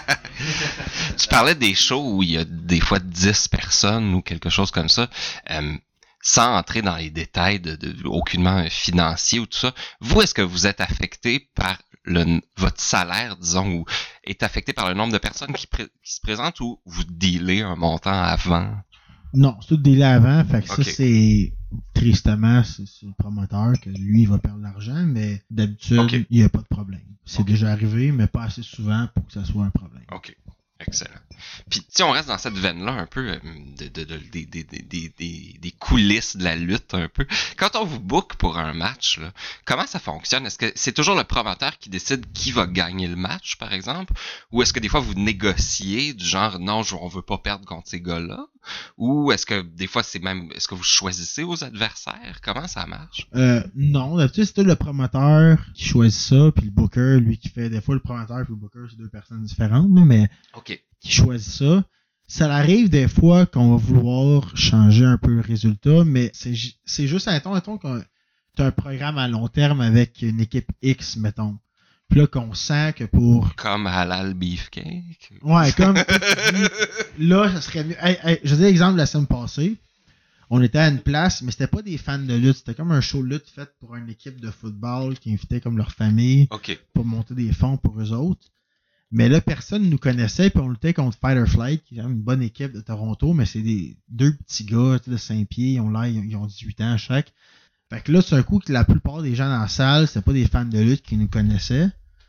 tu parlais des shows où il y a des fois dix personnes ou quelque chose comme ça. Euh, sans entrer dans les détails de, de aucunement financiers ou tout ça, vous, est-ce que vous êtes affecté par le votre salaire, disons, ou est affecté par le nombre de personnes qui, pré- qui se présentent, ou vous dealez un montant avant? Non, c'est tout délai avant, fait que Ok. ça, c'est, tristement, c'est, c'est le promoteur que lui, il va perdre l'argent, mais d'habitude, Ok. il n'y a pas de problème. C'est Ok. déjà arrivé, mais pas assez souvent pour que ça soit un problème. OK. Excellent. Puis, si on reste dans cette veine-là un peu, euh, de, de, de, des, des, des, des, des coulisses de la lutte un peu, quand on vous book pour un match, là, comment ça fonctionne? Est-ce que c'est toujours le promoteur qui décide qui va gagner le match, par exemple? Ou est-ce que des fois vous négociez du genre, non, je, on veut pas perdre contre ces gars-là? Ou est-ce que des fois c'est même, est-ce que vous choisissez vos adversaires? Comment ça marche? Euh, non, d'habitude, c'est tout le promoteur qui choisit ça, puis le booker, lui, qui fait, des fois, le promoteur et le booker, c'est deux personnes différentes, là, mais OK. qui choisit ça. Ça arrive des fois qu'on va vouloir changer un peu le résultat, mais c'est, ju- c'est juste, mettons, mettons qu'on t'as un programme à long terme avec une équipe X, mettons. Puis là, qu'on sent que pour... Comme Halal Beefcake? Ouais, comme tu dis, là, ça serait mieux. Hey, hey, je dis l'exemple de la semaine passée. On était à une place, mais c'était pas des fans de lutte. C'était comme un show de lutte fait pour une équipe de football qui invitait comme leur famille OK. pour monter des fonds pour eux autres. Mais là, personne nous connaissait, puis on luttait contre Fight or Flight, qui est quand même une bonne équipe de Toronto, mais c'est des deux petits gars tu sais, de cinq pieds, ils ont l'air, ils ont dix-huit ans chaque. Fait que là, c'est un coup que la plupart des gens dans la salle, c'était pas des fans de lutte qui nous connaissaient.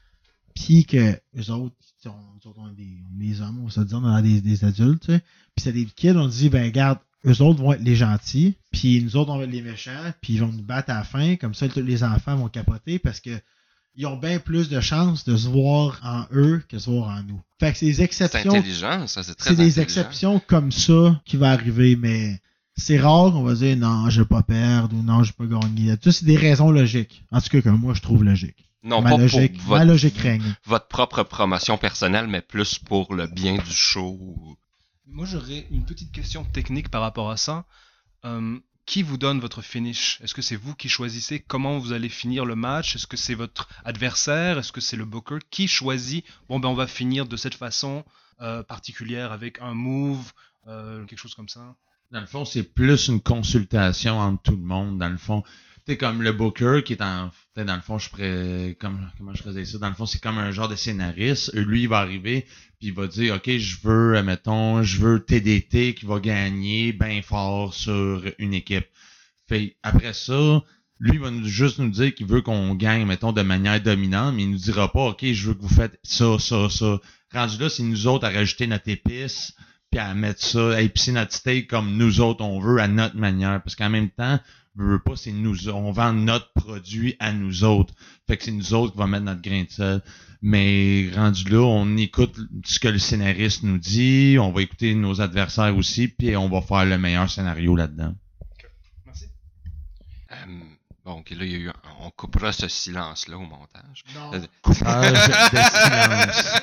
Puis que eux autres, tu sais, on, nous autres, on est des, on est des hommes, on va se dire, on est des, des adultes, tu sais. Puis c'est des kids, on dit, ben regarde, eux autres vont être les gentils, puis nous autres, on va être les méchants, puis ils vont nous battre à la fin, comme ça, tous les enfants vont capoter, parce que ils ont bien plus de chances de se voir en eux que de se voir en nous. Fait que c'est des C'est exceptions. intelligent, ça, c'est très C'est des intelligent. exceptions comme ça qui va arriver, mais c'est rare qu'on va dire non, je vais pas perdre ou non, je vais pas gagner. Tout ça, c'est des raisons logiques. En tout cas, que moi, je trouve logique. Non, ma pas logique, pour votre, ma logique règne. votre propre promotion personnelle, mais plus pour le bien du show. Moi, j'aurais une petite question technique par rapport à ça. Euh, qui vous donne votre finish? Est-ce que c'est vous qui choisissez comment vous allez finir le match? Est-ce que c'est votre adversaire? Est-ce que c'est le booker? Qui choisit, bon, ben, on va finir de cette façon euh, particulière avec un move, euh, quelque chose comme ça? Dans le fond, c'est plus une consultation entre tout le monde. Dans le fond, tu sais, comme le booker qui est en... T'sais, dans le fond, je pourrais... Comme, comment je faisais ça? Dans le fond, c'est comme un genre de scénariste. Lui, il va arriver, puis il va dire, OK, je veux, mettons, je veux T D T qui va gagner bien fort sur une équipe. Fait après ça, lui, il va nous, juste nous dire qu'il veut qu'on gagne, mettons, de manière dominante, mais il nous dira pas, OK, je veux que vous faites ça, ça, ça. Rendu là, c'est nous autres à rajouter notre épice, puis à mettre ça, à épicer notre steak comme nous autres on veut, à notre manière. Parce qu'en même temps, je veux pas, c'est nous, on vend notre produit à nous autres. Fait que c'est nous autres qui va mettre notre grain de sel. Mais rendu là, on écoute ce que le scénariste nous dit, on va écouter nos adversaires aussi, puis on va faire le meilleur scénario là-dedans. Merci. Euh, bon, ok, là, il y a eu un- on coupera ce silence-là au montage. Non. Euh, Coupage de silence.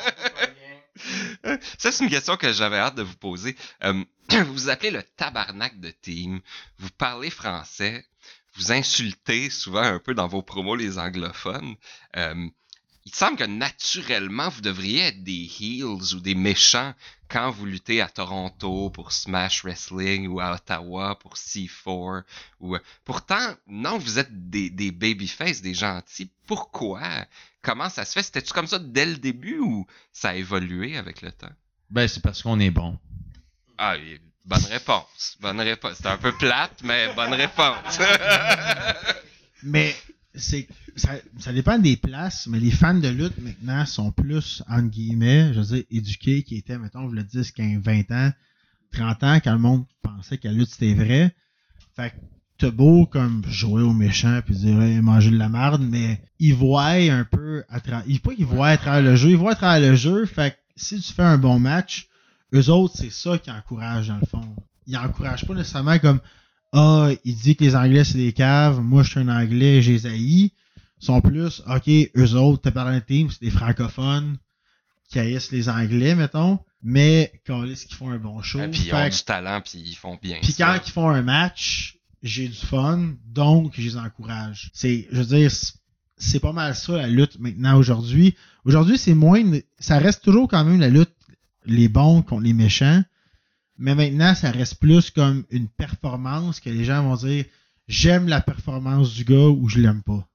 Ça, c'est une question que j'avais hâte de vous poser. Euh, vous vous appelez le tabarnak de team, vous parlez français, vous insultez souvent un peu dans vos promos les anglophones. Euh, il semble que naturellement, vous devriez être des heels ou des méchants quand vous luttez à Toronto pour Smash Wrestling ou à Ottawa pour C quatre. Ou... Pourtant, non, vous êtes des, des babyface, des gentils. Pourquoi? Comment ça se fait? C'était-tu comme ça dès le début ou ça a évolué avec le temps? Ben, c'est parce qu'on est bon. Ah, et- bonne réponse. Bonne réponse. C'était un peu plate, mais bonne réponse. Mais c'est ça, ça dépend des places, mais les fans de lutte maintenant sont plus, entre guillemets, je veux dire, éduqués qui étaient, mettons, le dix, quinze, vingt ans, trente ans, quand le monde pensait que la lutte c'était vrai. Fait que t'as beau comme jouer aux méchants puis dire hey, manger de la merde, mais ils voient un peu à travers. Ils pas qu'ils voient à travers le jeu, ils voient à travers le jeu. Fait que si tu fais un bon match, eux autres, c'est ça qui encourage dans le fond. Ils encouragent pas nécessairement comme ah, il dit que les Anglais c'est des caves, moi je suis un Anglais, j'ai haïs. Ils sont plus OK, eux autres, t'as parlé de team, c'est des francophones qui haïssent les Anglais, mettons, mais quand ils font un bon show. Et puis ils Fait ont que- du talent, puis ils font bien. puis ça. quand ils font un match, j'ai du fun, donc je les encourage. C'est, je veux dire, c'est- c'est pas mal ça la lutte maintenant aujourd'hui. Aujourd'hui, c'est moins, une- ça reste toujours quand même la lutte, les bons contre les méchants, mais maintenant, ça reste plus comme une performance que les gens vont dire, j'aime la performance du gars ou je l'aime pas.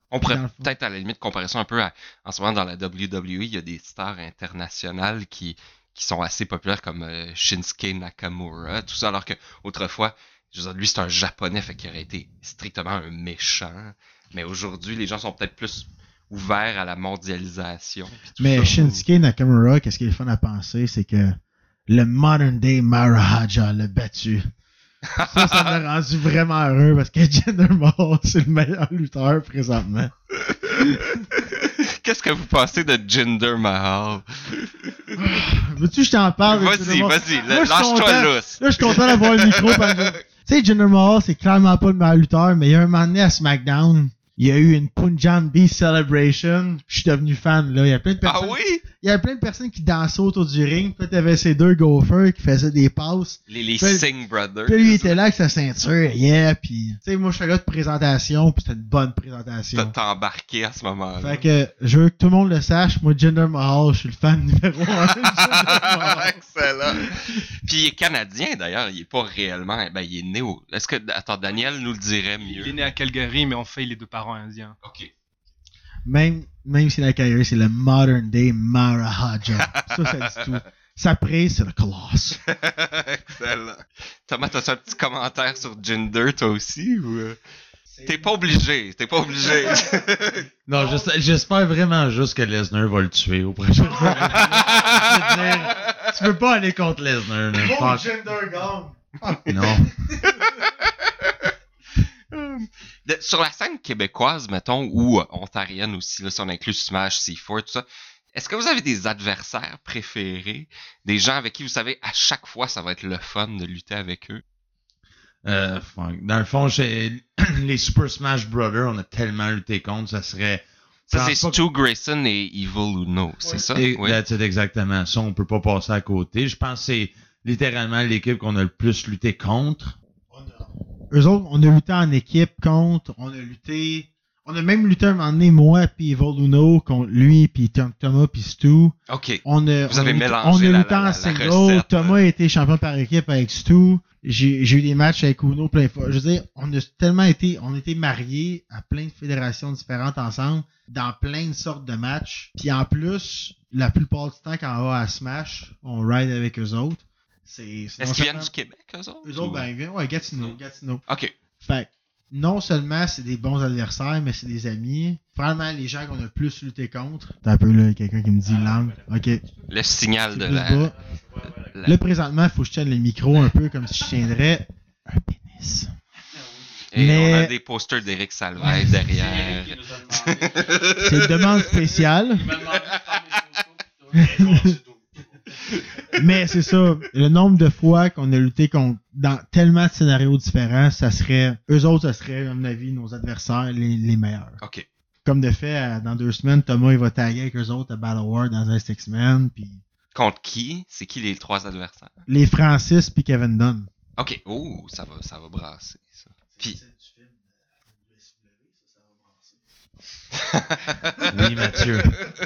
On pourrait Dans le fond. peut-être à la limite comparer ça un peu à, en ce moment dans la W W E, il y a des stars internationales qui, qui sont assez populaires comme euh, Shinsuke Nakamura, tout ça, alors que autrefois, je veux dire, lui c'est un japonais, fait qu'il aurait été strictement un méchant. Mais aujourd'hui, les gens sont peut-être plus ouverts à la mondialisation. puis tout Mais ça. Shinsuke Nakamura, qu'est-ce qui est fun à penser, c'est que le modern day Maharaja l'a battu. Ça, ça m'a rendu vraiment heureux parce que Jinder Mahal, c'est le meilleur lutteur présentement. Qu'est-ce que vous pensez de Jinder Mahal? Veux-tu que je t'en parle? Vas-y, Excusez-moi. vas-y, Moi, je suis lâche-toi content. lousse. Là, je suis content d'avoir le micro. parce que, tu sais, Jinder Mahal, c'est clairement pas le meilleur lutteur, mais il y a un moment donné à SmackDown, il y a eu une Punjabi Celebration. Je suis devenu fan, là. Il y a plein de Ah personnes. oui? Il y avait plein de personnes qui dansaient autour du ring. Puis là, t'avais ces deux gophers qui faisaient des passes. Les, les Puis- Singh Brothers. Puis lui, il était là avec sa ceinture, yeah, puis... Tu sais, moi, je suis là de présentation, puis c'était une bonne T'as présentation. t'as embarqué à ce moment-là. Fait que, je veux que tout le monde le sache, moi, Jinder Mahal, je suis le fan numéro un de Jinder Mahal. Excellent. Puis il est canadien d'ailleurs, il est pas réellement. Ben il est né au. Est-ce que attends Daniel nous le dirait mieux? Il est né à Calgary, mais en fait, il est de parents indiens. Ok. Même, même si la carrière, c'est le modern day Maharaja. Ça, ça dit tout. Sa prise, c'est le colosse. Excellent. Thomas, t'as un petit commentaire sur Jinder toi aussi ou euh? T'es pas obligé, t'es pas obligé. Non, j'es- j'espère vraiment juste que Lesnar va le tuer au prochain. Je veux dire, tu peux pas aller contre Lesnar. là. Fuck. Jinder gagne. Non. De- sur la scène québécoise, mettons, ou euh, ontarienne aussi, là, si on inclut Smash, C quatre, tout ça, est-ce que vous avez des adversaires préférés? Des gens avec qui vous savez, à chaque fois, ça va être le fun de lutter avec eux? Euh, fuck. Dans le fond, j'ai les Super Smash Brothers, on a tellement lutté contre, ça serait. Ça, Je c'est pense pas Stu Grayson et Evil Uno, c'est ça? Et Oui. that's it, exactement. Ça, on peut pas passer à côté. Je pense que c'est littéralement l'équipe qu'on a le plus lutté contre. Eux autres, on a lutté en équipe contre, on a lutté, on a même lutté un moment donné, moi puis Evil Uno, contre lui puis Tom- Thomas puis Stu. OK. On a, Vous on avez a lutté- mélangé on a la- lutté la- en la- la single. recette. Thomas a été champion par équipe avec Stu. J'ai, j'ai eu des matchs avec Uno plein de fois. Je veux dire, on a tellement été, on a été mariés à plein de fédérations différentes ensemble, dans plein de sortes de matchs. Puis en plus, la plupart du temps, quand on va à Smash, on ride avec eux autres. C'est, c'est Est-ce non qu'ils viennent seulement- du Québec, eux autres? Eux autres, ou- ben, ils viennent, ouais, Gatineau, Gatineau. OK. Fait que, non seulement c'est des bons adversaires, mais c'est des amis. Vraiment, les gens qu'on a le plus lutté contre. T'as un peu là, quelqu'un qui me dit langue. Ok. Le signal C'est de plus la... bas. la- Là, présentement, il faut que je tienne le micro un peu comme si je tiendrais un pénis. Et mais- on a des posters d'Éric Salvaille derrière. C'est une demande spéciale. Mais c'est ça, le nombre de fois qu'on a lutté contre, dans tellement de scénarios différents, ça serait, eux autres, ça serait, à mon avis, nos adversaires les, les meilleurs. OK. Comme de fait, à- dans deux semaines, Thomas, il va taguer avec eux autres à Battle War dans un X-Men, puis Contre qui? C'est qui les trois adversaires? les Francis puis Kevin Dunn. OK. Oh, ça va, ça va brasser, ça. Puis... Oui, Mathieu.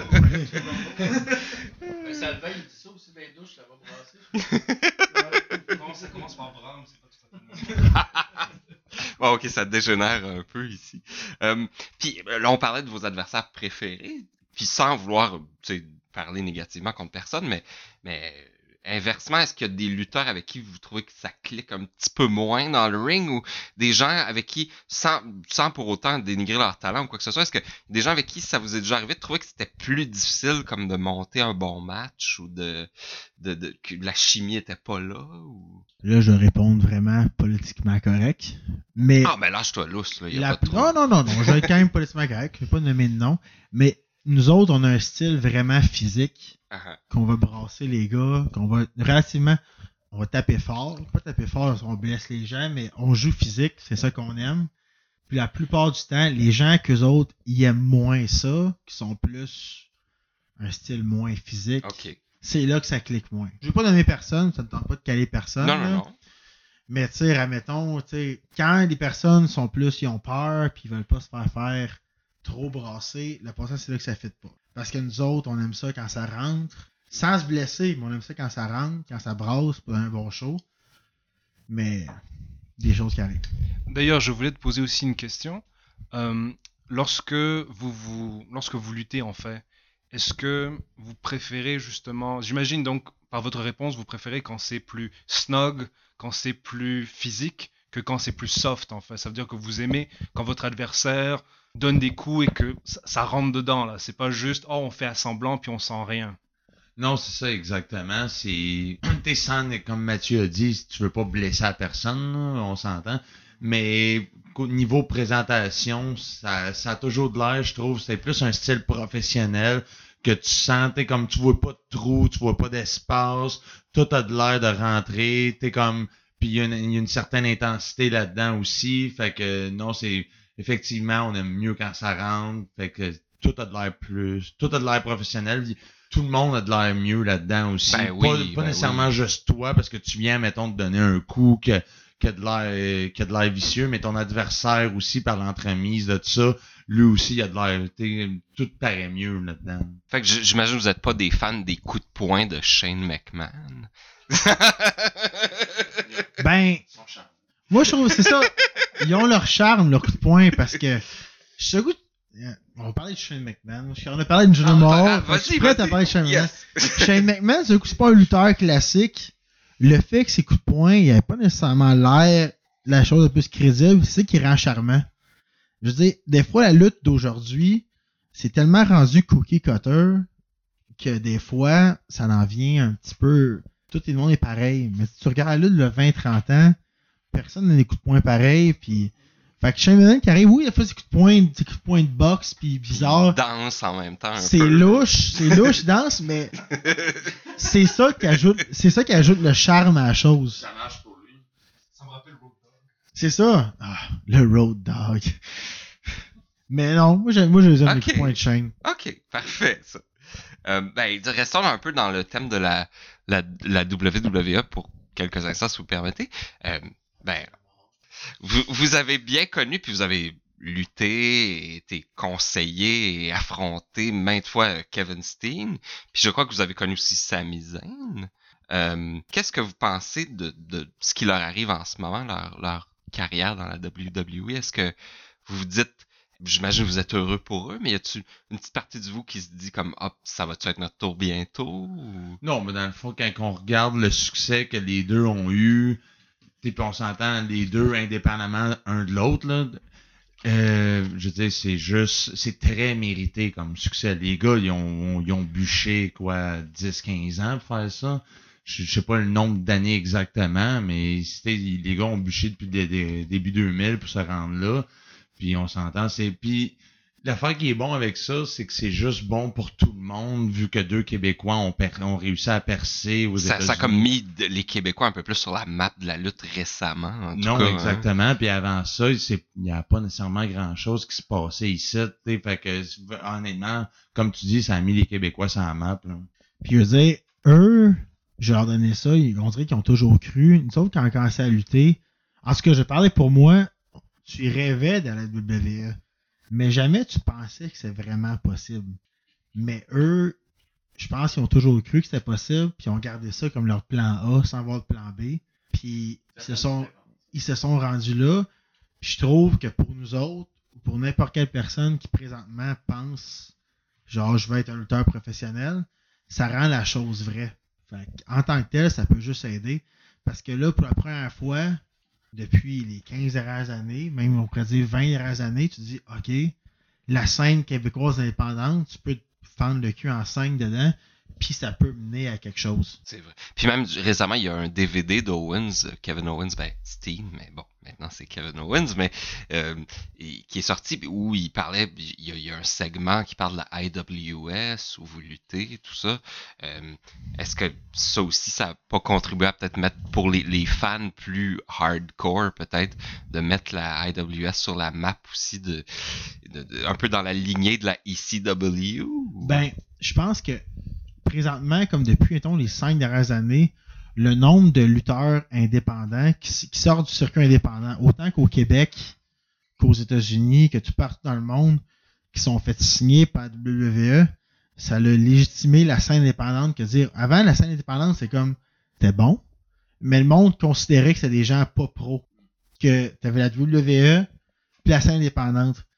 Salvaille, il dit ça aussi dans les douches, ça va brasser. Non, ça commence par brame, c'est pas tout à fait. Bon, OK, ça dégénère un peu ici. Euh, puis euh, là, on parlait de vos adversaires préférés, puis sans vouloir, tu sais, parler négativement contre personne, mais, mais inversement, est-ce qu'il y a des lutteurs avec qui vous trouvez que ça clique un petit peu moins dans le ring, ou des gens avec qui, sans, sans pour autant dénigrer leur talent ou quoi que ce soit, est-ce que des gens avec qui ça vous est déjà arrivé de trouver que c'était plus difficile comme de monter un bon match, ou de, de, de que la chimie était pas là, ou... Là, je vais répondre vraiment politiquement correct. Mais Ah, mais lâche-toi lousse, là, y a la- pas de non, non, non, non, je vais être quand même politiquement correct. Je vais pas nommer de nom. Mais nous autres, on a un style vraiment physique. Ah, ah. Qu'on va brasser les gars, qu'on va relativement, on va taper fort, pas taper fort, on blesse les gens, mais on joue physique, c'est ça qu'on aime. Puis la plupart du temps, les gens qu'eux autres, ils aiment moins ça, qui sont plus un style moins physique, OK. c'est là que ça clique moins. Je vais pas nommer personne, ça ne tente pas de caler personne. Non, non, là. non. Mais tu sais, admettons, tu sais, quand les personnes sont plus, ils ont peur, puis ils veulent pas se faire faire trop brasser, le pourtant c'est là que ça fit pas. Parce que nous autres, on aime ça quand ça rentre, sans se blesser, mais on aime ça quand ça rentre, quand ça brasse pour un bon show. Mais des choses qui arrivent. D'ailleurs, je voulais te poser aussi une question. Euh, lorsque vous, vous, lorsque vous luttez, en fait, est-ce que vous préférez justement, j'imagine donc par votre réponse, vous préférez quand c'est plus snug, quand c'est plus physique, que quand c'est plus soft, en fait. Ça veut dire que vous aimez quand votre adversaire donne des coups et que ça, ça rentre dedans, là. C'est pas juste, oh, on fait à semblant puis on sent rien. Non, c'est ça exactement. C'est t'es sans, comme Mathieu a dit, si tu veux pas blesser la personne, là, on s'entend. Mais au niveau présentation, ça, ça a toujours de l'air, je trouve, c'est plus un style professionnel que tu sens, t'es comme tu vois pas de trou, tu vois pas d'espace, tout a de l'air de rentrer, t'es comme, puis il y, y a une certaine intensité là-dedans aussi, fait que non, c'est effectivement, on aime mieux quand ça rentre, fait que tout a de l'air plus, tout a de l'air professionnel. Tout le monde a de l'air mieux là-dedans aussi. Ben pas oui, pas ben nécessairement oui. juste toi, parce que tu viens, mettons, te donner un coup que, que de l'air, que de l'air vicieux, mais ton adversaire aussi, par l'entremise de tout ça, lui aussi, il a de l'air, t'sais, tout paraît mieux là-dedans. Fait que j- j'imagine que vous êtes pas des fans des coups de poing de Shane McMahon. Ben, moi, je trouve que c'est ça. Ils ont leur charme, leur coup de poing, parce que je goût. On va parler de Shane McMahon. On a parlé de Jinder Ah, Mahal. vas-y, Je suis prêt vas-y. à parler de Shane McMahon. Yes. Shane McMahon, c'est c'est pas un lutteur classique. Le fait que ses coups de poing, il avait pas nécessairement l'air la chose la plus crédible, c'est ça qui rend charmant. Je veux dire, des fois, la lutte d'aujourd'hui, c'est tellement rendu cookie cutter que des fois, ça en vient un petit peu. Tout le monde est pareil. Mais si tu regardes la lutte de vingt trente ans, personne n'a des coups de poing pareils. Puis, fait que Shane McMahon qui arrive, oui, il a fait ses coups de poing, des coups de poing de boxe, puis bizarre. Danse en même temps un C'est peu. louche, c'est louche, il danse, mais c'est ça qui ajoute, c'est ça qui ajoute le charme à la chose. Ça marche pour lui. Ça me rappelle Road Dogg. C'est ça. Ah, le Road Dogg. Mais non, moi j'aime, moi j'aime les Ok. coups de poing de Shane. Ok, parfait, ça. Euh, ben, restons un peu dans le thème de la, la, la W W E pour quelques instants, si vous permettez. Euh, ben, vous, vous avez bien connu, puis vous avez lutté, été conseillé et affronté maintes fois euh, Kevin Steen. Puis je crois que vous avez connu aussi Sami Zayn. Euh, qu'est-ce que vous pensez de, de ce qui leur arrive en ce moment, leur, leur carrière dans la W W E? Est-ce que vous vous dites, j'imagine que vous êtes heureux pour eux, mais y a-tu une petite partie de vous qui se dit comme, hop, ça va-tu être notre tour bientôt? Ou... Non, mais dans le fond, quand on regarde le succès que les deux ont eu, puis on s'entend les deux indépendamment un de l'autre, là, euh, je veux dire, c'est juste, c'est très mérité comme succès. Les gars, ils ont, ils ont bûché, quoi, dix quinze ans pour faire ça. Je, je sais pas le nombre d'années exactement, mais c'était, les gars ont bûché depuis le dé- début deux mille pour se rendre là. Puis on s'entend, c'est, puis l'affaire qui est bon avec ça, c'est que c'est juste bon pour tout le monde, vu que deux Québécois ont, per- ont réussi à percer aux Ça, États-Unis. ça a comme mis de- les Québécois un peu plus sur la map de la lutte récemment, en tout Non, cas, hein. exactement. Puis avant ça, il n'y a pas nécessairement grand-chose qui se passait ici. T'sais. Fait que, honnêtement, comme tu dis, ça a mis les Québécois sur la map. Là. Puis je veux dire, eux, je leur donnais ça, ils- on dirait qu'ils ont toujours cru. Nous autres, quand on a commencé à lutter, en ce que je parlais pour moi, tu rêvais dans la W W E. Mais jamais tu pensais que c'était vraiment possible. Mais eux, je pense qu'ils ont toujours cru que c'était possible, puis ils ont gardé ça comme leur plan A sans avoir de plan B. Puis ils se sont, ils se sont rendus là. Puis je trouve que pour nous autres, ou pour n'importe quelle personne qui présentement pense genre je vais être un lutteur professionnel, ça rend la chose vraie. Fait en tant que tel, ça peut juste aider. Parce que là, pour la première fois, depuis les quinze dernières années, même on pourrait dire vingt dernières années, tu te dis, OK, la scène québécoise indépendante, tu peux te fendre le cul en cinq dedans, puis ça peut mener à quelque chose. C'est vrai. Puis même récemment, il y a un D V D d'Owens, euh, Kevin Owens, ben Steen, mais bon, maintenant c'est Kevin Owens, mais euh, et- qui est sorti où il parlait, il y, a, il y a un segment qui parle de la I W S où vous luttez, tout ça. Euh, est-ce que ça aussi, ça n'a pas contribué à peut-être mettre pour les, les fans plus hardcore, peut-être, de mettre la I W S sur la map aussi, de, de- de- un peu dans la lignée de la E C W? Ou... Ben, je pense que présentement, comme depuis mettons, les cinq dernières années, le nombre de lutteurs indépendants qui, s- qui sortent du circuit indépendant, autant qu'au Québec qu'aux États-Unis, que tout partout dans le monde, qui sont faits signer par la W W E, ça a légitimé la scène indépendante que dire, avant la scène indépendante, c'est comme, c'était bon, mais le monde considérait que c'était des gens pas pros, que t'avais la W W E puis la scène indépendante.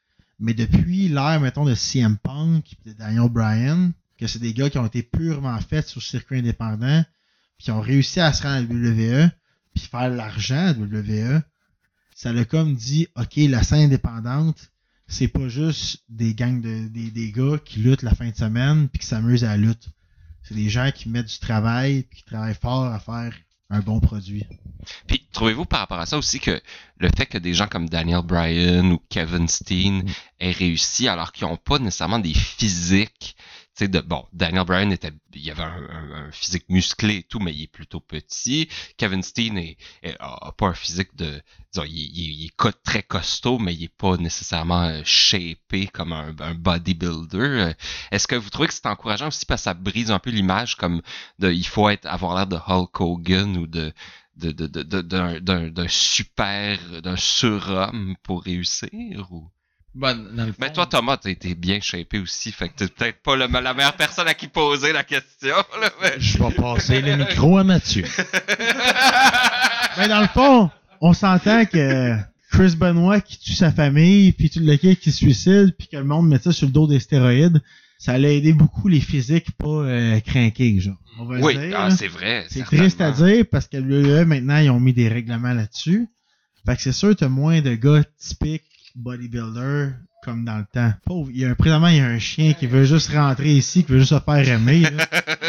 Mais depuis l'ère, mettons, de C M Punk et de Daniel Bryan, que c'est des gars qui ont été purement faits sur le circuit indépendant, puis qui ont réussi à se rendre à la W W E, puis faire l'argent à la W W E, ça l'a comme dit, OK, la scène indépendante, c'est pas juste des gangs de des, des gars qui luttent la fin de semaine puis qui s'amusent à la lutte. C'est des gens qui mettent du travail puis qui travaillent fort à faire un bon produit. Puis, trouvez-vous par rapport à ça aussi que le fait que des gens comme Daniel Bryan ou Kevin Steen aient réussi alors qu'ils n'ont pas nécessairement des physiques, tu sais, de, bon, Daniel Bryan était, il avait un, un, un physique musclé et tout, mais il est plutôt petit. Kevin Steen est, est, a pas un physique de, disons, il, il, il est co- très costaud, mais il est pas nécessairement euh, shapé comme un, un bodybuilder. Est-ce que vous trouvez que c'est encourageant aussi parce que ça brise un peu l'image comme de, il faut être, avoir l'air de Hulk Hogan ou de, de, de, de, de d'un, d'un, d'un super, d'un surhomme pour réussir ou? Ben, dans le fond, Mais toi, Thomas, t'as été bien shapé aussi, fait que t'es peut-être pas le, la meilleure personne à qui poser la question, là, mais... je vais passer le micro à Mathieu. Mais dans le fond, on s'entend que Chris Benoit qui tue sa famille, puis tout le kid qui se suicide, puis que le monde met ça sur le dos des stéroïdes, ça l'a aidé beaucoup les physiques pas euh, craqués, genre. On va Oui, le dire, ah, là. c'est vrai. C'est certainement. triste à dire parce que le W W E, maintenant, ils ont mis des règlements là-dessus. Fait que c'est sûr, t'as moins de gars typiques bodybuilder comme dans le temps. Pauvre, il y a un, présentement, il y a un chien qui veut juste rentrer ici, qui veut juste se faire aimer, là.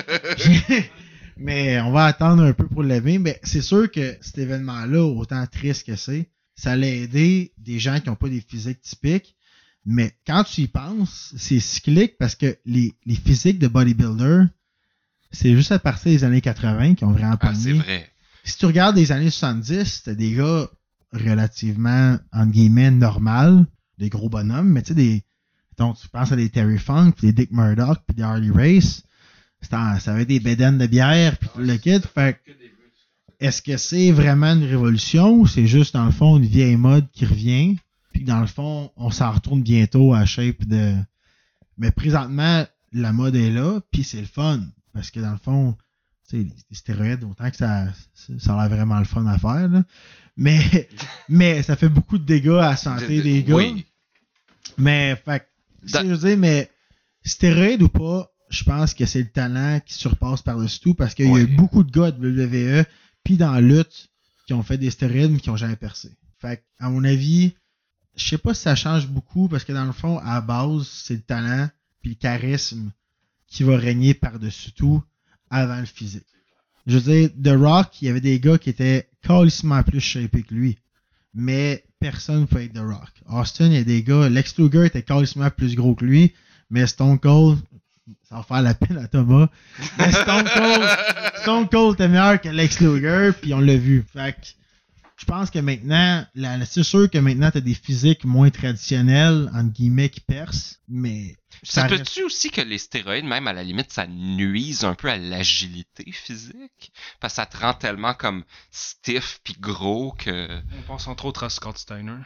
Mais on va attendre un peu pour le lever. Mais c'est sûr que cet événement-là, autant triste que c'est, ça l'a aidé des gens qui n'ont pas des physiques typiques. Mais quand tu y penses, c'est cyclique parce que les, les physiques de bodybuilder, c'est juste à partir des années quatre-vingts qui ont vraiment Ah, pogné. c'est vrai. Si tu regardes les années soixante-dix, c'était des gars relativement, entre guillemets, normal, des gros bonhommes, mais tu sais, des, donc tu penses à des Terry Funk, puis des Dick Murdoch, puis des Harley Race, c'était en- ça avait des bédaines de bière, puis tout le kit, fait que, est-ce que c'est vraiment une révolution ou c'est juste, dans le fond, une vieille mode qui revient, puis dans le fond, on s'en retourne bientôt à shape de... Mais présentement, la mode est là, puis c'est le fun, parce que dans le fond, tu sais, les, les stéroïdes, autant que ça, ça a l'air vraiment le fun à faire, là. Mais, mais ça fait beaucoup de dégâts à la santé des gars. Oui. Mais, fait que, Da- si je veux dire, mais stéroïdes ou pas, je pense que c'est le talent qui surpasse par-dessus tout parce qu'il y a Ouais. eu beaucoup de gars de W W E puis dans la lutte qui ont fait des stéroïdes mais qui ont jamais percé. Fait que, à mon avis, je sais pas si ça change beaucoup parce que dans le fond, à la base, c'est le talent puis le charisme qui va régner par-dessus tout avant le physique. Je veux dire, The Rock, il y avait des gars qui étaient calissement plus shapés que lui. Mais personne ne peut être The Rock. Austin, il y a des gars, Lex Luger était calissement plus gros que lui, mais Stone Cold, ça va faire la peine à Thomas, mais Stone Cold, Stone Cold était meilleur que Lex Luger, puis on l'a vu. Fait que, je pense que maintenant, la, c'est sûr que maintenant, t'as des physiques moins traditionnels, entre guillemets, qui percent, mais... Ça ça se reste- peut-tu aussi que les stéroïdes, même à la limite, ça nuise un peu à l'agilité physique? Parce que ça te rend tellement comme stiff puis gros que... On pense entre autres à Scott Steiner.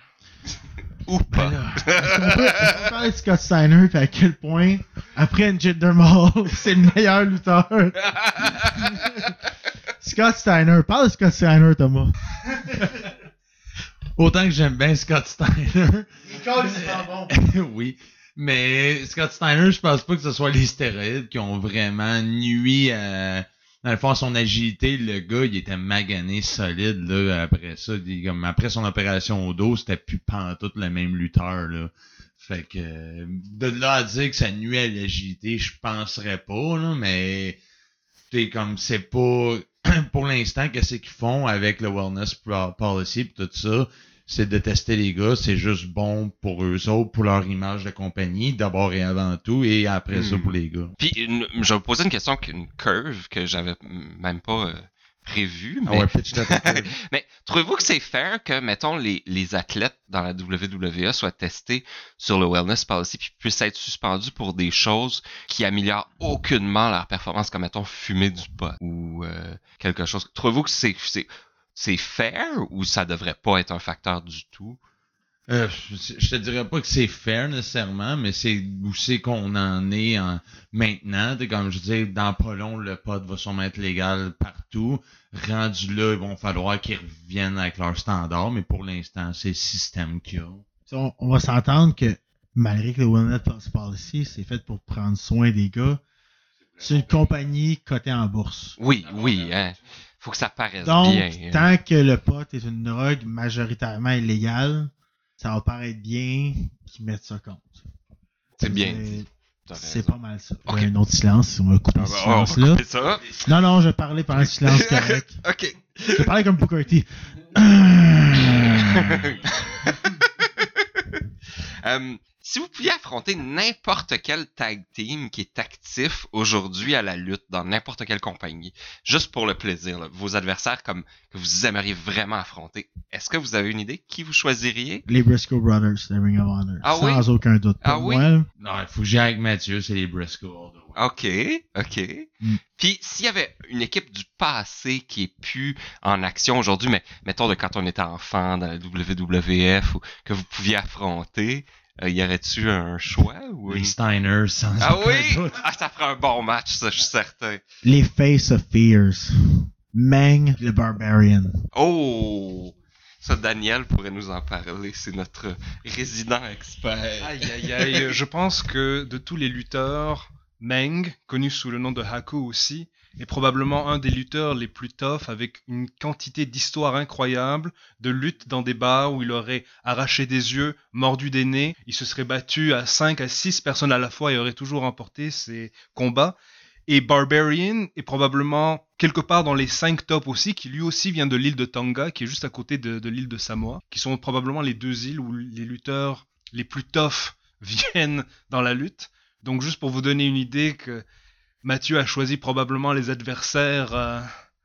Ou pas. Ben là, est-ce qu'on peut, est-ce qu'on parle de Scott Steiner, puis à quel point, après une Jinder Mahal, c'est le meilleur lutteur? Scott Steiner. Parle de Scott Steiner, Thomas. Autant que j'aime bien Scott Steiner. Il colle, c'est pas bon. Oui. Mais Scott Steiner, je pense pas que ce soit les stéroïdes qui ont vraiment nuit à, dans le fond, à son agilité. Le gars, il était magané solide, là, après ça. Il- comme après son opération au dos, c'était plus pantoute le même lutteur, là. Fait que, euh, de là à dire que ça nuit à l'agilité, je penserais pas, là, mais, t'sais, comme, c'est pas, pour l'instant, qu'est-ce qu'ils font avec le wellness pro- policy pis tout ça, c'est de tester les gars, c'est juste bon pour eux autres, pour leur image de compagnie, d'abord et avant tout, et après ça Hmm. pour les gars. Puis, une- je vais vous poser une question, une curve que j'avais même pas euh, prévue. Ah Mais, ouais, pitch ta tête. mais trouvez-vous que c'est fair que, mettons, les, les athlètes dans la W W E soient testés sur le wellness policy puis puissent être suspendus pour des choses qui améliorent aucunement leur performance, comme, mettons, fumer du pot ou euh, quelque chose. Trouvez-vous que c'est, c'est, c'est fair ou ça devrait pas être un facteur du tout? Euh, je je te dirais pas que c'est fair nécessairement, mais c'est où c'est qu'on en est en, maintenant. T'sais, comme je dis, dans pas long, le pot va sûrement être légal partout. Rendu là, il va falloir qu'ils reviennent avec leur standard, mais pour l'instant, c'est le système qu'il y a. On, on va s'entendre que malgré que le Will Not Pass Policy, c'est fait pour prendre soin des gars, c'est une compagnie cotée en bourse. Oui, oui, hein. Faut que ça paraisse Donc, bien. tant que le pot est une drogue majoritairement illégale, ça va paraître bien qu'ils mettent ça compte. C'est bien C'est- dit. T'as C'est raison. pas mal ça. Ok. Il y a un autre silence, on va couper Ah ce ben, on va silence-là. couper ça. Non, non, je parlais pendant le silence correct. OK. Je parlais comme Booker T. Euh, si vous pouviez affronter n'importe quel tag team qui est actif aujourd'hui à la lutte dans n'importe quelle compagnie, juste pour le plaisir, là, vos adversaires comme que vous aimeriez vraiment affronter, est-ce que vous avez une idée qui vous choisiriez? Les Briscoe Brothers, les Ring of Honor. Ah Sans oui? aucun doute. Pour Ah oui? moi, Non, il faut que j'aille avec Mathieu, c'est les Briscoe. all the way. OK, OK. Mm. Puis, s'il y avait une équipe du passé qui est plus en action aujourd'hui, mais mettons de quand on était enfant dans la W W F ou que vous pouviez affronter, euh, y aurait-tu un choix? Ou Les une- Steiners, sans Ah aucun oui? doute. Ah, ça ferait un bon match, ça, je suis certain. les Face of Fears. Mang le Barbarian. Oh! Ça, Daniel pourrait nous en parler. C'est notre résident expert. Aïe aïe aïe, je pense que de tous les lutteurs, Meng, connu sous le nom de Haku aussi, est probablement un des lutteurs les plus tough avec une quantité d'histoires incroyables, de luttes dans des bars où il aurait arraché des yeux, mordu des nez, il se serait battu à cinq à six personnes à la fois et aurait toujours remporté ses combats. Et Barbarian est probablement quelque part dans les cinq tops aussi, qui lui aussi vient de l'île de Tonga, qui est juste à côté de, de l'île de Samoa, qui sont probablement les deux îles où les lutteurs les plus tough viennent dans la lutte. Donc juste pour vous donner une idée que Mathieu a choisi probablement les adversaires euh,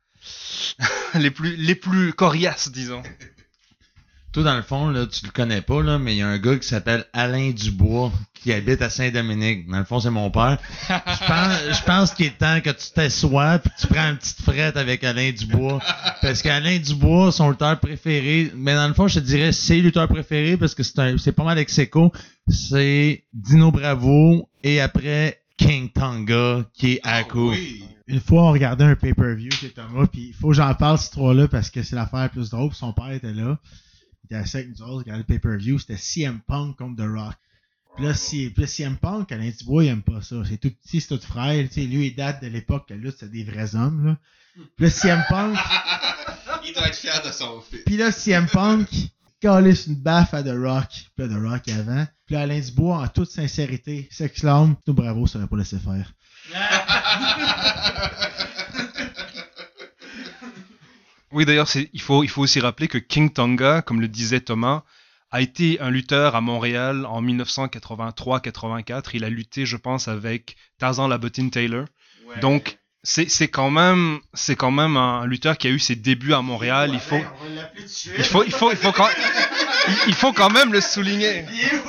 les plus les plus coriaces, disons. Toi, dans le fond, là, tu le connais pas, là, mais il y a un gars qui s'appelle Alain Dubois, qui habite à Saint-Dominique. Dans le fond, c'est mon père. Je pense, je pense qu'il est temps que tu t'assoies puis tu prends une petite frette avec Alain Dubois. Parce qu'Alain Dubois, son lutteur préféré, mais dans le fond, je te dirais, c'est le lutteur préféré parce que c'est un, c'est pas mal ex aequo. C'est Dino Bravo et après King Tonga, qui est Haku. Une fois, on regardait un pay-per-view chez Thomas, puis il faut que j'en parle, ces trois-là, parce que c'est l'affaire la plus drôle. Puis son père était là. Il était assis avec nous autres, regardait le pay-per-view. C'était C M Punk contre The Rock. Puis là, si, puis là, C M Punk, Alain Dubois, il aime pas ça. C'est tout petit, c'est tout frère. Tu sais, lui, il date de l'époque que là, c'était des vrais hommes, là. Puis là, C M Punk, Il doit être fier de son fils. puis là, C M Punk, calisse une baffe à The Rock. Puis là, The Rock avant. Puis là, Alain Dubois, en toute sincérité, s'exclame, tout bravo, ça aurait pas laissé faire. Oui, d'ailleurs, c'est, il, faut, il faut aussi rappeler que King Tonga, comme le disait Thomas, a été un lutteur à Montréal en dix-neuf cent quatre-vingt-trois quatre-vingt-quatre. Il a lutté, je pense, avec Tarzan la Bottine Taylor. Ouais. Donc, c'est, c'est, quand même, c'est quand même un lutteur qui a eu ses débuts à Montréal. Il faut, il faut, il faut, il faut, quand, il faut quand même le souligner.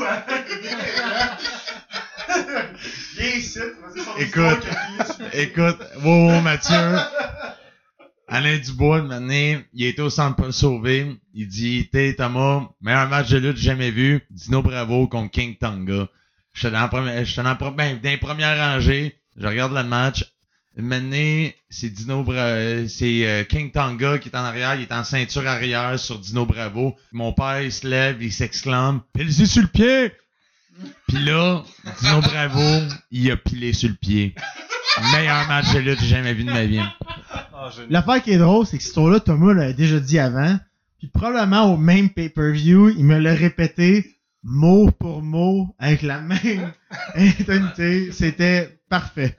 Écoute, écoute, wow, wow, Mathieu. Alain Dubois, de manière, il était au centre Paul Sauvé. Il dit, t'es Thomas, meilleur match de lutte jamais vu. Dino Bravo contre King Tonga. J'étais dans la première, j'étais dans, la, ben, dans les premières rangées. Je regarde le match. Maintenant, c'est Dino Bra- c'est euh, King Tonga qui est en arrière. Il est en ceinture arrière sur Dino Bravo. Mon père, il se lève, il s'exclame, pile-y sur le pied! Pis là, Dino Bravo, il a pilé sur le pied. Meilleur match de lutte que j'ai jamais vu de ma vie. Oh, l'affaire qui est drôle, c'est que ce tour-là, Thomas l'avait déjà dit avant. Puis probablement au même pay-per-view, il me l'a répété mot pour mot avec la même intensité. C'était parfait.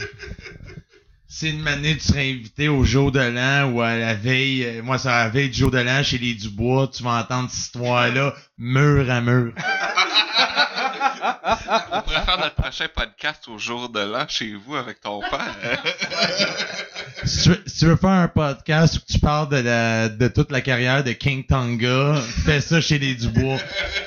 Si une année tu serais invité au jour de l'an ou à la veille, euh, moi c'est à la veille du jour de l'an chez les Dubois, tu vas entendre cette histoire-là mur à mur. On pourrait faire notre prochain podcast au jour de l'an chez vous avec ton père. si, tu veux, si tu veux faire un podcast où tu parles de, la, de toute la carrière de King Tonga, fais ça chez les Dubois.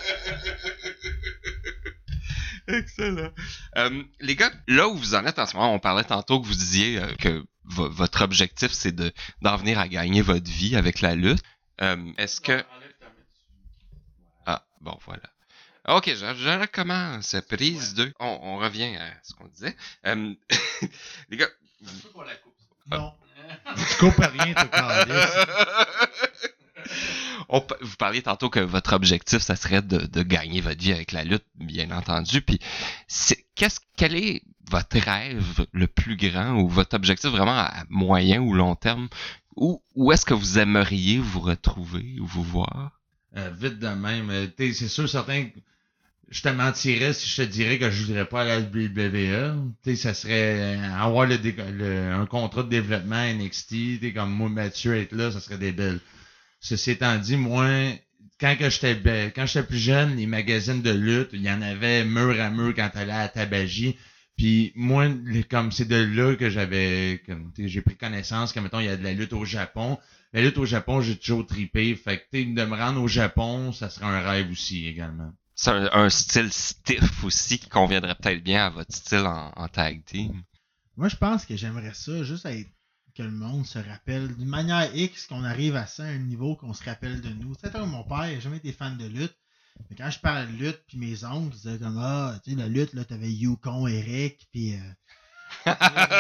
Excellent. Euh, les gars, là où vous en êtes en ce moment, on parlait tantôt que vous disiez euh, que v- votre objectif, c'est de d'en venir à gagner votre vie avec la lutte. Euh, est-ce que... Ah, bon, voilà. Ok, je, je recommence. Prise deux. On, on revient à ce qu'on disait. Euh, les gars... Vous... Non. Tu coupes rien, tu calice. On, vous parliez tantôt que votre objectif, ça serait de, de gagner votre vie avec la lutte, bien entendu. Puis, c'est, qu'est-ce, quel est votre rêve le plus grand ou votre objectif vraiment à moyen ou long terme? Où, où est-ce que vous aimeriez vous retrouver ou vous voir? Euh, vite de même. Euh, t'sais, c'est sûr, certain que je te mentirais si je te dirais que je voudrais pas aller à la W W E. T'sais, ça serait euh, avoir le, le, un contrat de développement N X T, t'sais, comme moi, Mathieu, être là, ça serait débile. Ceci étant dit, moi, quand que j'étais quand j'étais plus jeune, les magazines de lutte, il y en avait mur à mur quand t'allais à Tabagie. Puis moi, les, comme c'est de là que j'avais, comme j'ai pris connaissance que mettons il y a de la lutte au Japon. La lutte au Japon, j'ai toujours trippé. Fait que t'sais, de me rendre au Japon, ça serait un rêve aussi également. C'est un, un style stiff aussi qui conviendrait peut-être bien à votre style en, en tag team. Moi, je pense que j'aimerais ça, juste être, que le monde se rappelle d'une manière X, qu'on arrive à ça, à un niveau qu'on se rappelle de nous. Tu sais, comme mon père, il n'a jamais été fan de lutte. Mais quand je parle de lutte, puis mes oncles disaient comme, ah, tu sais, la lutte, là, t'avais Yukon, Eric, puis euh,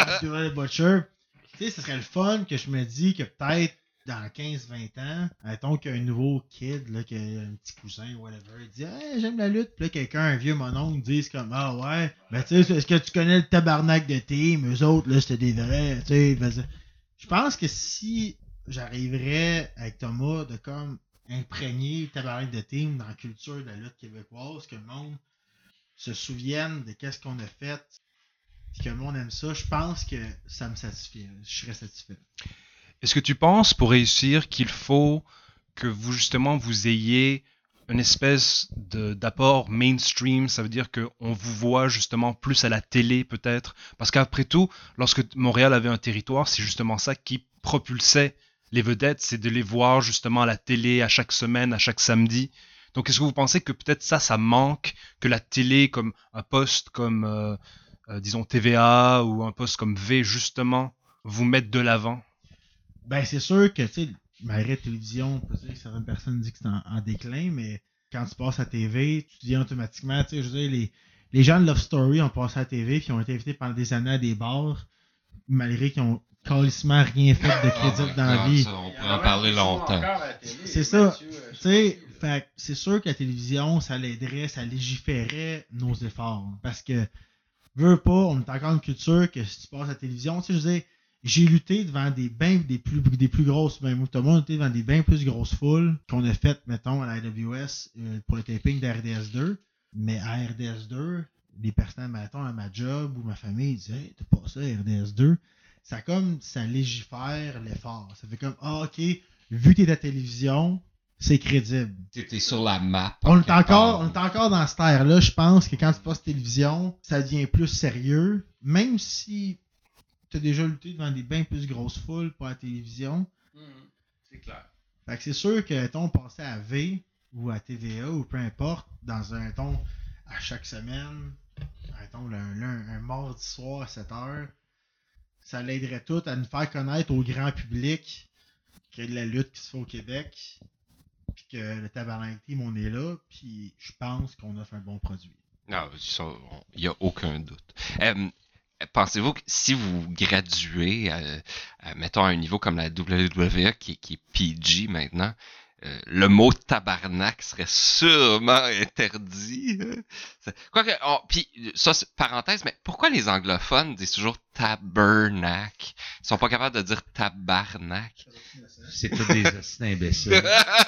le Butcher. Tu sais, ce serait le fun que je me dis que peut-être dans quinze vingt ans, mettons qu'il y a un nouveau kid, là, qui a un petit cousin ou whatever, il dit, hey, j'aime la lutte. Puis là, quelqu'un, un vieux mononcle, dise comme, ah ouais, ben tu sais, est-ce que tu connais le tabarnak de team? Eux autres, là, c'était des vrais, tu sais. Je pense que si j'arriverais avec Thomas de comme imprégner le tabarnak de team dans la culture de la lutte québécoise, que le monde se souvienne de qu'est-ce qu'on a fait, et que le monde aime ça, je pense que ça me satisfait. Je serais satisfait. Est-ce que tu penses, pour réussir, qu'il faut que vous, justement, vous ayez une espèce de, d'apport mainstream? Ça veut dire qu'on vous voit, justement, plus à la télé, peut-être? Parce qu'après tout, lorsque Montréal avait un territoire, c'est justement ça qui propulsait les vedettes, c'est de les voir, justement, à la télé, à chaque semaine, à chaque samedi. Donc, est-ce que vous pensez que peut-être ça, ça manque, que la télé, comme un poste comme, euh, euh, disons, T V A, ou un poste comme V, justement, vous mette de l'avant? Ben, c'est sûr que, tu sais, malgré la télévision, on peut dire que certaines personnes disent que c'est en, en déclin, mais quand tu passes à T V, tu dis automatiquement, tu sais, je veux dire, les, les gens de Love Story ont passé à la T V puis ont été invités pendant des années à des bars, malgré qu'ils ont calissement rien fait de crédible dans la vie. Ça, on pourrait en parler longtemps. C'est ça. Tu sais, fait c'est sûr que la télévision, ça l'aiderait, ça légiférait nos efforts. Parce que, veux pas, on est encore une culture que si tu passes à la télévision, tu sais, je veux dire, j'ai lutté devant des ben des plus des plus grosses, ben Thomas a lutté devant des bien plus grosses foules qu'on a faites, mettons, à la A W S euh, pour le taping de R D S deux. Mais à R D S deux, les personnes, mettons, à ma job ou ma famille, ils disaient, hey, t'as pas ça à R D S deux. Ça comme, ça légifère l'effort. Ça fait comme, ah, ok, vu que t'es à la télévision, c'est crédible. T'es sur la map. On est encore, on est encore dans cette ère-là. Je pense que quand tu passes télévision, ça devient plus sérieux. Même si t'as déjà lutté devant des bien plus grosses foules pour la télévision. Mmh, c'est clair. Fait que c'est sûr que, ton passait à V ou à T V A ou peu importe, dans un ton à chaque semaine, un, un, un, un mardi soir à sept heures, ça l'aiderait tout à nous faire connaître au grand public qu'il y a de la lutte qui se fait au Québec, puis que le Tabarnak Team, on est là, puis je pense qu'on offre un bon produit. Non, il n'y a aucun doute. Euh, pensez-vous que si vous graduez, à, à, mettons, à un niveau comme la W W E, qui, qui est P G maintenant, euh, le mot tabarnak serait sûrement interdit. Hein? Quoique, oh, puis ça, c'est parenthèse, mais pourquoi les anglophones disent toujours tabernacle? Ils sont pas capables de dire tabarnak. C'est tous des assists imbéciles.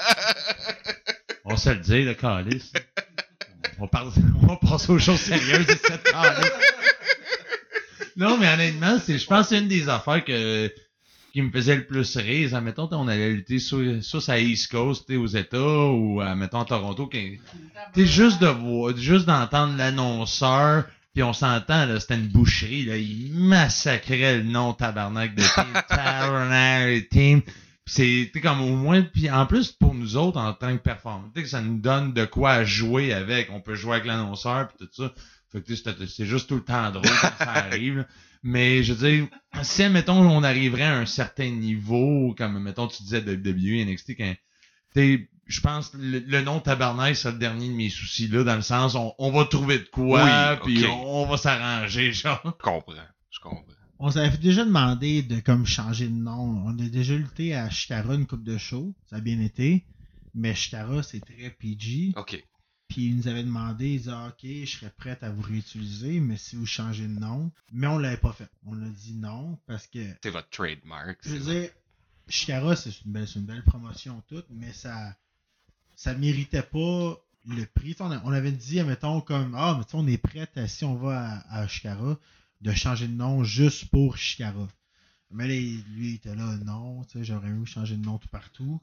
On se le dit, le calice. On, parle, on va passer aux choses sérieuses de cette calice. Non, mais honnêtement, c'est, je pense que c'est une des affaires que, qui me faisait le plus rire. Admettons, on allait lutter sur, sur sa East Coast, aux États, ou, admettons, à Toronto. T'es juste de voir, juste d'entendre l'annonceur, puis on s'entend, là, c'était une boucherie, là, il massacrait le nom tabarnak de team, tabarnak team. C'est, t'es comme au moins, puis en plus, pour nous autres, en tant que performeurs, que ça nous donne de quoi jouer avec. On peut jouer avec l'annonceur, puis tout ça. Fait que c'est, c'est juste tout le temps drôle quand ça arrive, là. Mais je veux dire, si, mettons, on arriverait à un certain niveau, comme, mettons, tu disais de W W E, N X T, quand, t'es, je pense, le, le nom tabarnak, c'est le dernier de mes soucis, là, dans le sens, on, on va trouver de quoi, oui, puis okay. on, on va s'arranger, genre. Je comprends, je comprends. On s'avait déjà demandé de, comme, changer de nom. On a déjà lutté à Chicara une coupe de show, ça a bien été. Mais Chikara, c'est très P G. OK. Puis il nous avait demandé, il disait ah, ok, je serais prêt à vous réutiliser, mais si vous changez de nom. Mais on l'avait pas fait. On a dit non parce que. C'est votre trademark. Je veux c'est dire, Chikara, c'est une belle, c'est une belle promotion toute, mais ça. Ça méritait pas le prix. On, a, on avait dit, admettons, comme ah, mais tu sais, on est prêt à, si on va à, à Chikara, de changer de nom juste pour Chikara. Mais là, lui, il était là, non, tu sais, j'aurais eu changer de nom tout partout.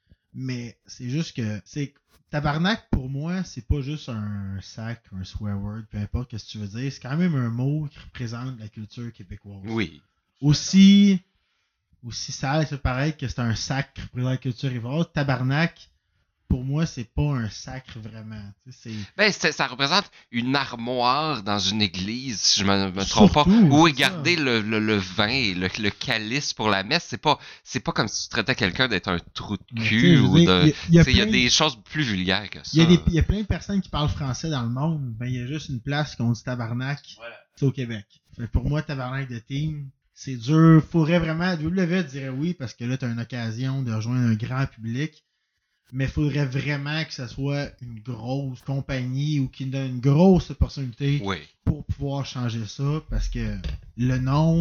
Mais c'est juste que, c'est tabarnak, pour moi, c'est pas juste un sac, un swear word, peu importe ce que tu veux dire. C'est quand même un mot qui représente la culture québécoise. Oui. Aussi, aussi sale, c'est pareil que c'est un sac qui représente la culture québécoise. Tabarnak, pour moi, c'est pas un sacre vraiment. Tu sais, c'est... Ben, c'est- ça représente une armoire dans une église, si je me, me trompe pas. Surtout, Où est c'est ça. garder le, le, le vin et le, le calice pour la messe. C'est pas, c'est pas comme si tu traitais quelqu'un d'être un trou de Mais tu sais, cul je veux ou dire, de. il y a- il y a Tu sais, il y a plein- des choses plus vulgaires que ça. Il y, a des, il y a plein de personnes qui parlent français dans le monde. Ben, il y a juste une place qu'on dit tabarnak. Voilà. C'est au Québec. Fait que pour moi, tabarnak de team, c'est dur. Faudrait vraiment. W W E dirait oui parce que là, t'as une occasion de rejoindre un grand public. Mais faudrait vraiment que ça soit une grosse compagnie ou qui nous donne une grosse opportunité Oui. pour pouvoir changer ça. Parce que le nom,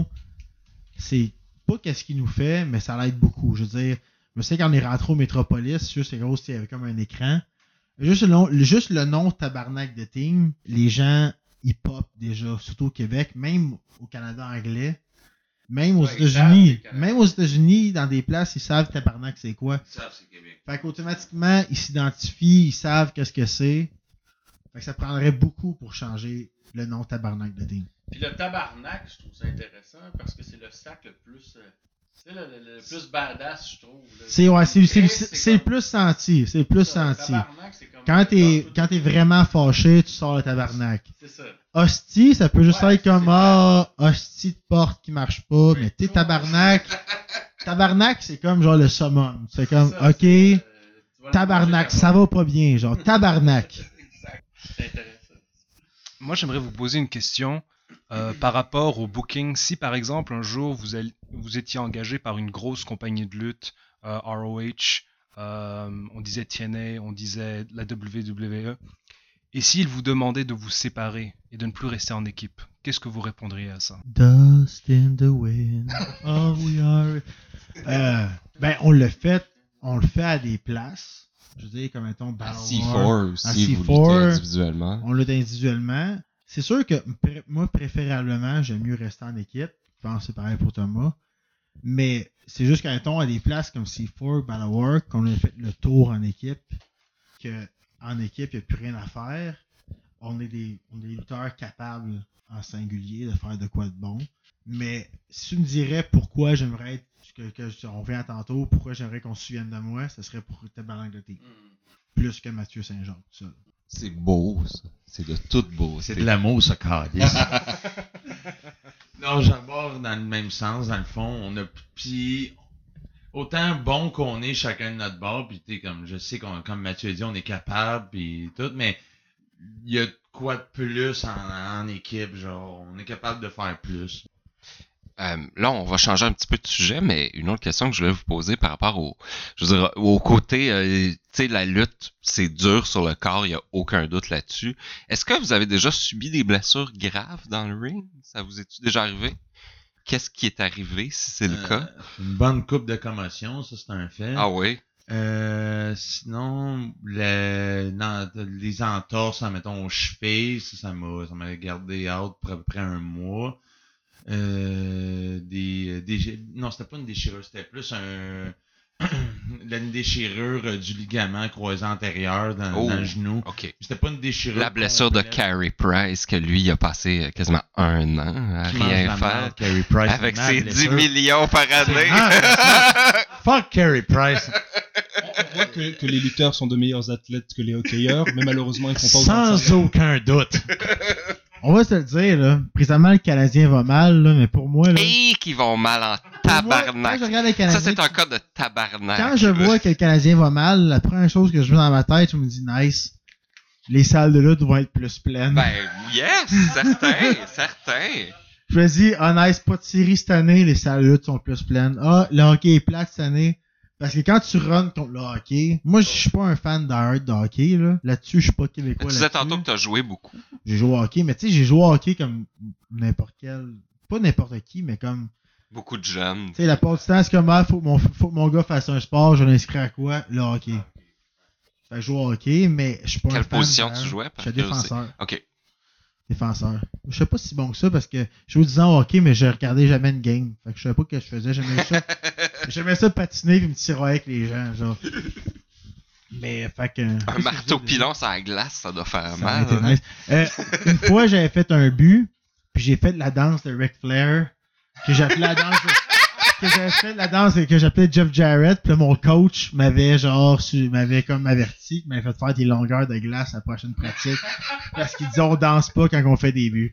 c'est pas qu'est-ce qu'il nous fait, mais ça l'aide beaucoup. Je veux dire, je sais quand on est rentré au Métropolis, juste c'est gros, il y avait comme un écran. Juste le nom, juste le nom tabarnak de team, les gens, ils pop déjà, surtout au Québec, même au Canada anglais, même aux Ouais, ils savent, États-Unis, les Canadiens. même aux États-Unis, dans des places, ils savent tabarnak c'est quoi. Ça, c'est Québec. Fait qu'automatiquement, ils s'identifient, ils savent qu'est-ce que c'est. Fait que ça prendrait beaucoup pour changer le nom tabarnak de team. Puis le tabarnak, je trouve ça intéressant parce que c'est le sac le plus. euh, C'est le, le- le plus badass, je trouve. là. C'est ouais, c'est c'est- Chris, c'est- c'est le comme- plus senti, c'est le plus ça, le senti. tabarnak, c'est comme- Quand t'es comme- quand t'es vraiment fâché, tu sors le tabarnak. C'est ça. Hostie, ça peut juste Ouais, être comme c'est ah, hostie de porte qui marche pas, Oui. mais t'es tabarnak. Tabarnak, c'est comme genre le summum. C'est comme Ça, OK, c'est, euh, tu vas le tabarnak, manger ça va pas bien, genre tabarnak. Exact. C'est intéressant. Moi, j'aimerais vous poser une question euh, par rapport au booking. Si, par exemple, un jour, vous, all- vous étiez engagé par une grosse compagnie de lutte, euh, R O H, euh, on disait T N A, on disait la W W E, et s'ils vous demandaient de vous séparer et de ne plus rester en équipe, qu'est-ce que vous répondriez à ça? Dust in the wind, oh we are. Euh, ben, on le fait, on le fait à des places. Je veux dire, comme mettons, À Battle C War. quatre aussi, à vous C luttez quatre. individuellement. On lutte individuellement. C'est sûr que pr- moi, préférablement, j'aime mieux rester en équipe. Je pense que c'est pareil pour Thomas. Mais c'est juste quand mettons, à des places comme C quatre, Battle War, qu'on a fait le tour en équipe, que en équipe, il n'y a plus rien à faire. On est des, on est des lutteurs capables en singulier de faire de quoi de bon. Mais si tu me dirais pourquoi j'aimerais être, que, que on revient à tantôt, pourquoi j'aimerais qu'on se souvienne de moi, ce serait pour Tabarnak de Team. Plus que Mathieu Saint-Jean, tout seul. C'est beau, ça. C'est de toute beauté. C'est de l'amour, ça, calice. Non, j'aborde dans le même sens, dans le fond. On a, puis, autant bon qu'on est chacun de notre bord, puis tu sais, comme, je sais qu'on, comme Mathieu a dit, on est capable, puis tout, mais il y a de quoi de plus en, en équipe, genre, on est capable de faire plus. Euh, là, on va changer un petit peu de sujet, mais une autre question que je voulais vous poser par rapport au, je veux dire, au côté, euh, tu sais, la lutte, c'est dur sur le corps, il n'y a aucun doute là-dessus. Est-ce que vous avez déjà subi des blessures graves dans le ring? Ça vous est-tu déjà arrivé? Qu'est-ce qui est arrivé, si c'est le Euh, cas? Une bonne coupe de commotion, ça, c'est un fait. Ah oui? Euh, sinon, le, non, les entorses, mettons, aux chevilles, ça, ça m'a, ça m'a gardé out pour à peu près un mois. Euh, des, des, non, c'était pas une déchirure, c'était plus un, une déchirure du ligament croisé antérieur dans, Oh. dans le genou. OK. C'était pas une déchirure. La blessure de complète. Carey Price, que lui, il a passé euh, quasiment un an à Qui mange rien la faire. merde, Carey Price, Avec ma ses blessure. dix millions par année. Ah, Fuck Carey Price. On voit que, que les lutteurs sont de meilleurs athlètes que les hockeyeurs, mais malheureusement, ils font pas autant de Sans aucun doute. On va se le dire, là. Présentement, le Canadien va mal, là, mais pour moi, là. Et qui vont mal en pour moi, quand tabarnak. je regarde le Ça, Canadien, c'est un cas de tabarnak. quand je vois que le Canadien va mal, la première chose que je mets dans ma tête, je me dis, nice, les salles de lutte vont être plus pleines. Ben, yes, certain, certain. Je me dis, ah nice, pas de série cette année, les salles de lutte sont plus pleines. Ah, le hockey est plate cette année, Parce que quand tu runs contre le hockey, moi je suis pas un fan d'art de hockey, là. Là-dessus, je suis pas québécois. Tu disais tantôt que t'as joué beaucoup. J'ai joué au hockey, mais tu sais, j'ai joué au hockey comme n'importe quel. Pas n'importe qui, mais comme. Beaucoup de jeunes. Tu sais, la part du temps, c'est comme, ah, faut que mon, faut que mon gars fasse un sport, je l'inscris à quoi? Le hockey. Fait que je joue au hockey, mais je suis pas Quelle un fan position d'art. tu jouais? Je suis défenseur. Ok. Défenseur. Je sais pas si bon que ça parce que je joue dix ans au hockey, mais je regardais jamais une game. Fait que je savais pas ce que je faisais. J'aimais ça. J'aimais ça patiner et me tirer avec les gens, genre. Mais, fait que. Un marteau pilon sur la glace, ça doit faire Ça mal. a été hein? nice. Euh, une fois, j'avais fait un but, puis j'ai fait de la danse de Ric Flair, que j'appelais la danse de... que j'avais fait de la danse et que j'appelais Jeff Jarrett, puis là, mon coach m'avait genre, su... m'avait comme averti, qu'il m'avait fait faire des longueurs de glace à la prochaine pratique, parce qu'il disait on danse pas quand on fait des buts.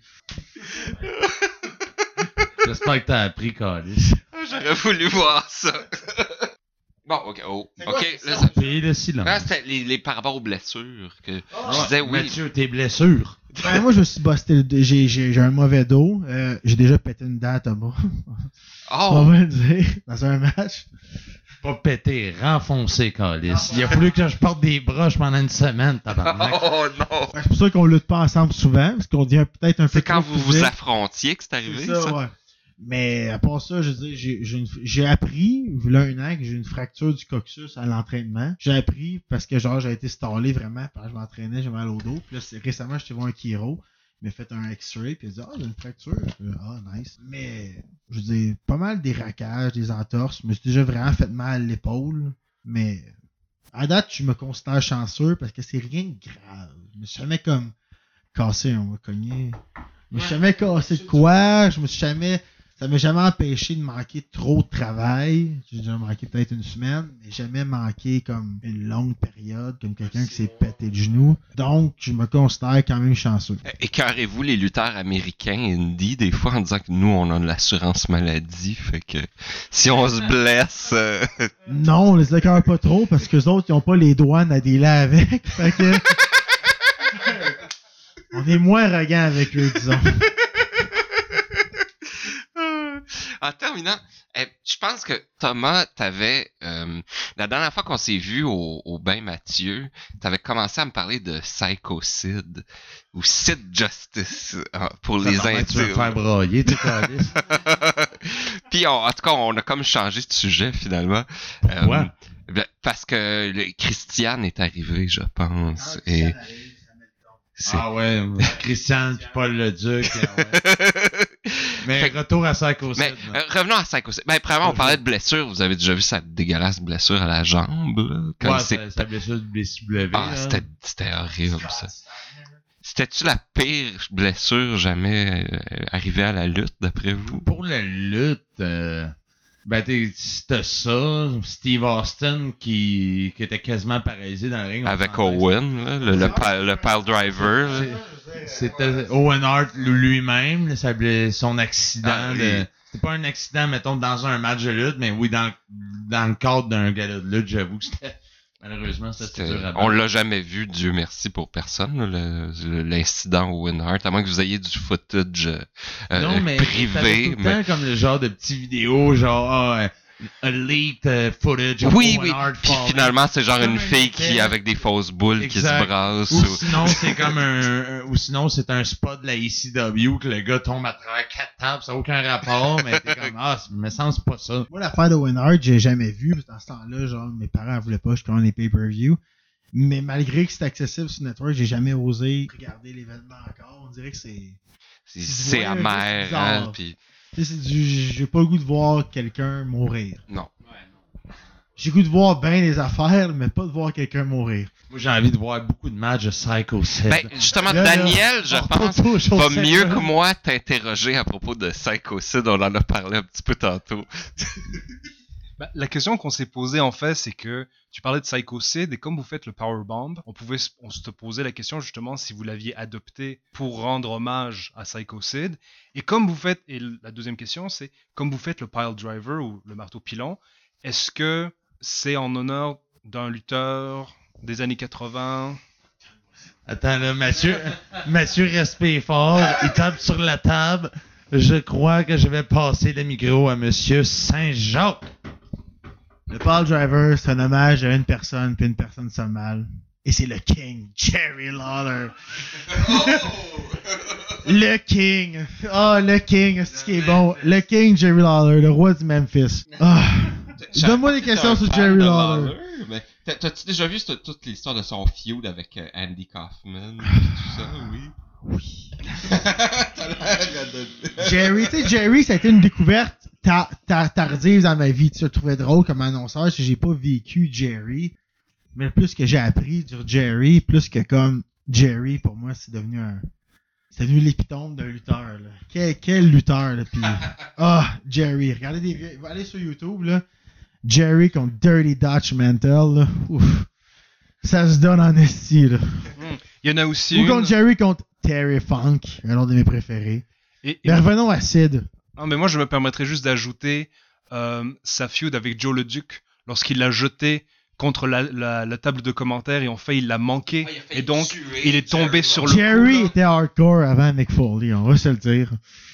J'espère que t'as appris, Calis. J'aurais voulu voir ça. Bon, ok, oh, ok. Là, ça- Payer le silence. là, c'était les, les par rapport aux blessures que Ah, je disais oui. Mathieu, tes blessures. Ben, moi, je me suis busté, le- j'ai, j'ai, j'ai un mauvais dos, euh, j'ai déjà pété une dent à Thomas. On Oh, va le dire, dans un match. Pas pété, renfoncé, Calis. Il a fallu que je porte des broches pendant une semaine, tabarnak. oh non. Fait que C'est pour ça qu'on lutte pas ensemble souvent, parce qu'on devient peut-être un peu C'est quand trop vous vous physique. affrontiez que c'est arrivé, C'est ça? ça, ouais. Mais à part ça, je veux dire, j'ai, j'ai, une- j'ai appris, il y a un an, que j'ai une fracture du coccyx à l'entraînement. J'ai appris parce que genre j'ai été stallé vraiment, parce que je m'entraînais, j'ai mal au dos. Puis là, c'est, récemment, j'étais voir un chiro, il m'a fait un X-ray, puis il a dit « Ah, j'ai une fracture. » Je fais, ah, nice. Mais, je veux dire, pas mal des raquages, des entorses. Je me suis déjà vraiment fait mal à l'épaule. Mais, à date, je me considère chanceux parce que c'est rien de grave. Je me suis jamais comme cassé, on va cogner. Je me suis jamais cassé de quoi, je me suis jamais... Ça m'a jamais empêché de manquer trop de travail. J'ai déjà manqué peut-être une semaine, mais jamais manqué comme une longue période, comme quelqu'un qui s'est pété le genou. Donc, je me considère quand même chanceux. Écœurez-vous les lutteurs américains indie des fois en disant que nous on a de l'assurance maladie, fait que si on se blesse, euh, Non, on les écœure pas trop parce que les autres, ils ont pas les douanes à dealer avec. Fait que... on est moins arrogant avec eux, disons. En terminant, eh, je pense que Thomas, t'avais euh, la dernière fois qu'on s'est vu au, au Bain Mathieu, t'avais commencé à me parler de Psycho Sid ou Sid Justice euh, pour les Tabarnak, Tu veux me intimes. faire brailler, tu Calis. Puis on- en tout cas, on a comme changé de sujet finalement. Euh, Ouais. ben, parce que le, Christiane est arrivé, je pense. et c'est... Ah ouais, Christian puis Paul Leduc. ah ouais. Mais Fait que- retour à Psycho Mais Sid, euh, revenons à Psycho Sid. Ben, premièrement, on parlait de blessure. Vous avez déjà vu sa dégueulasse blessure à la jambe, là? Quand ouais, il s'est- sa, sa blessure de B C W. Ah, là. c'était, c'était horrible, ça. C'était-tu la pire blessure jamais euh, arrivée à la lutte, d'après vous? Pour la lutte, euh, ben t'es- c'était ça. Steve Austin qui, qui était quasiment paralysé dans le ring. on Avec s'entend. Owen, là, le, le, pa- le pile driver. là. C'était Owen Hart lui-même, là, sa bla- son accident. Ah, de... oui. C'était pas un accident, mettons, dans un match de lutte, mais oui, dans, dans le cadre d'un gala de lutte, j'avoue que c'était... Malheureusement, c'était C'était- dur à on battre. l'a jamais vu, Dieu merci pour personne, là, le- le- l'incident Owen Hart, à moins que vous ayez du footage euh, Non, mais t'avais privé. tout le mais- temps comme le genre de petites vidéos, genre, ah, un leaked euh, footage of Oui, Owen oui. Hart Puis falling. finalement, c'est genre Comme une un fille effet. qui, avec des fausses boules, qui se Exact. brasse. Ou ou- sinon, c'est comme un, un- ou sinon, c'est un spot de la E C W que le gars tombe à travers quatre tables, ça n'a aucun rapport, mais t'es comme, ah, ça me semble c'est pas ça. Moi, l'affaire de Owen Hart, j'ai jamais vu. Parce que dans ce temps-là, genre, mes parents voulaient pas que je commande les pay-per-view. Mais malgré que c'est accessible sur Network, j'ai jamais osé regarder l'événement encore. On dirait que c'est... C'est, Tu c'est vois, amer, c'est bizarre. hein, puis tu sais, c'est du... J'ai pas le goût de voir quelqu'un mourir. non. J'ai le goût de voir bien les affaires, mais pas de voir quelqu'un mourir. Moi, j'ai envie de voir beaucoup de matchs de Psycho Sid. Ben, justement, Là, là, Daniel, je on pense, retourne aux choses va mieux sérieuses. que moi t'interroger à propos de Psycho Sid. On en a parlé un petit peu tantôt. Bah, la question qu'on s'est posée en fait, c'est que tu parlais de Psycho Sid et comme vous faites le Powerbomb, on pouvait s- on se posait la question justement si vous l'aviez adopté pour rendre hommage à Psycho Sid. Et comme vous faites, et l- la deuxième question c'est comme vous faites le Pile Driver ou le marteau pilon, est-ce que c'est en honneur d'un lutteur des années quatre-vingts? Attends, là, Mathieu, Mathieu respire fort, il tape sur la table. Je crois que je vais passer le micro à Monsieur Saint-Jacques. Le Paul Driver, c'est un hommage à une personne, puis une personne sonne mal. Et c'est le King, Jerry Lawler. Le King. Ah, oh, le King, c'est ce qui est bon. Le King, Jerry Lawler, le roi du Memphis. Ah. Donne-moi des questions sur Jerry Lawler. Lawler mais t'as-tu déjà vu toute, toute l'histoire de son feud avec euh, Andy Kaufman? Tout ça, oui. Oui. Jerry, tu sais, Jerry, ça a été une découverte ta- ta- tardive dans ma vie. Tu le trouvais drôle comme annonceur, si j'ai pas vécu Jerry. Mais plus que j'ai appris sur Jerry, plus que comme Jerry, pour moi, c'est devenu un... C'est devenu l'épitome d'un lutteur, là. Quel, quel lutteur, là, pis... Ah, Jerry. Regardez des vieux... Allez sur YouTube, là. Jerry contre Dirty Dutch Mantel, là. Ouf. Ça se donne en esti, là. Il y en a aussi Ou une... contre Jerry contre Terry Funk, un de mes préférés. Et, et... Mais revenons à Sid. Non, mais moi, je me permettrais juste d'ajouter euh, sa feud avec Joe le Duc, lorsqu'il l'a jeté contre la, la, la table de commentaires et en fait, il l'a manqué. Ouais, il et donc, tuer il est tombé Jerry sur le Jerry coup, était hardcore avant Mick Foley, on va se le dire.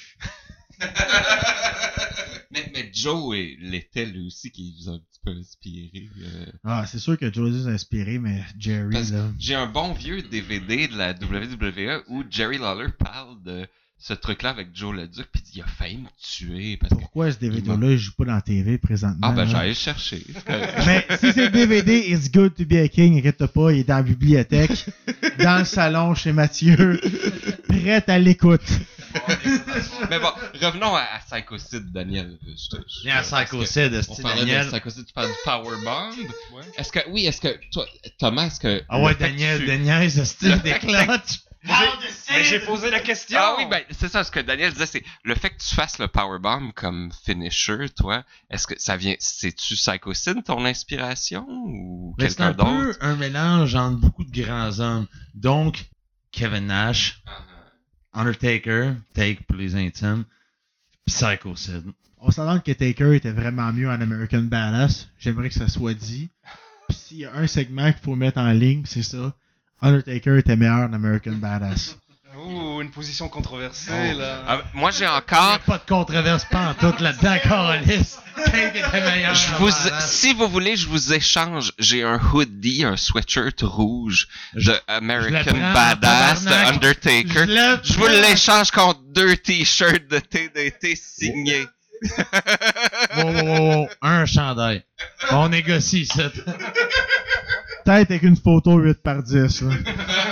mais, mais Joe est- l'était lui aussi, qui vous a un petit peu inspiré. euh. Ah, c'est sûr que Joe nous a inspiré, mais Jerry, Parce que là... j'ai un bon vieux D V D de la W W E où Jerry Lawler parle de ce truc-là avec Joe le Duc, pis il a failli me tuer. Parce que... Pourquoi ce D V D-là, il joue pas dans la T V présentement? Ah ben là? j'allais le chercher. Mais si c'est le D V D, It's Good to be a King, inquiète pas, il est dans la bibliothèque, dans le salon chez Mathieu, prêt à l'écoute. Mais bon, revenons à, à Psycho Sid, Daniel. Je te- je- Viens à parce Psycho que Sid, On esti, parlait Daniel. de Psycho Sid, tu parles du Powerbomb. Ouais. Est-ce que, oui, est-ce que, toi, Thomas, est-ce que... Ah ouais, le fait que Daniel, tu- Daniel, ce style Le des fait que- clutches. Mais j'ai posé la question! Ah oui, ben, c'est ça, ce que Daniel disait, c'est le fait que tu fasses le Powerbomb comme finisher, toi, est-ce que ça vient, c'est-tu Psycho Sid, ton inspiration, ou Mais c'est quelqu'un un d'autre? peu un mélange entre beaucoup de grands hommes. Donc, Kevin Nash, Undertaker, Take pour les intimes, Psycho Sid. On s'entend que Taker était vraiment mieux en American Badass. J'aimerais que ça soit dit. Pis s'il y a un segment qu'il faut mettre en ligne, c'est ça. Undertaker était meilleur en American Badass. Ouh, une position controversée, Oh. là. Ah, moi, j'ai Il n'y a encore... pas de controverse pas en tout là-dedans, Carlis. Take était meilleur. Je en vous, badass. si vous voulez, je vous échange. J'ai un hoodie, un sweatshirt rouge de American prends, Badass de tabarnak. Undertaker. le Je vous l'échange contre deux t-shirts de T D T signés. Wow, wow, wow, wow. Un chandail. On négocie ça. Peut-être avec une photo huit par dix. Là.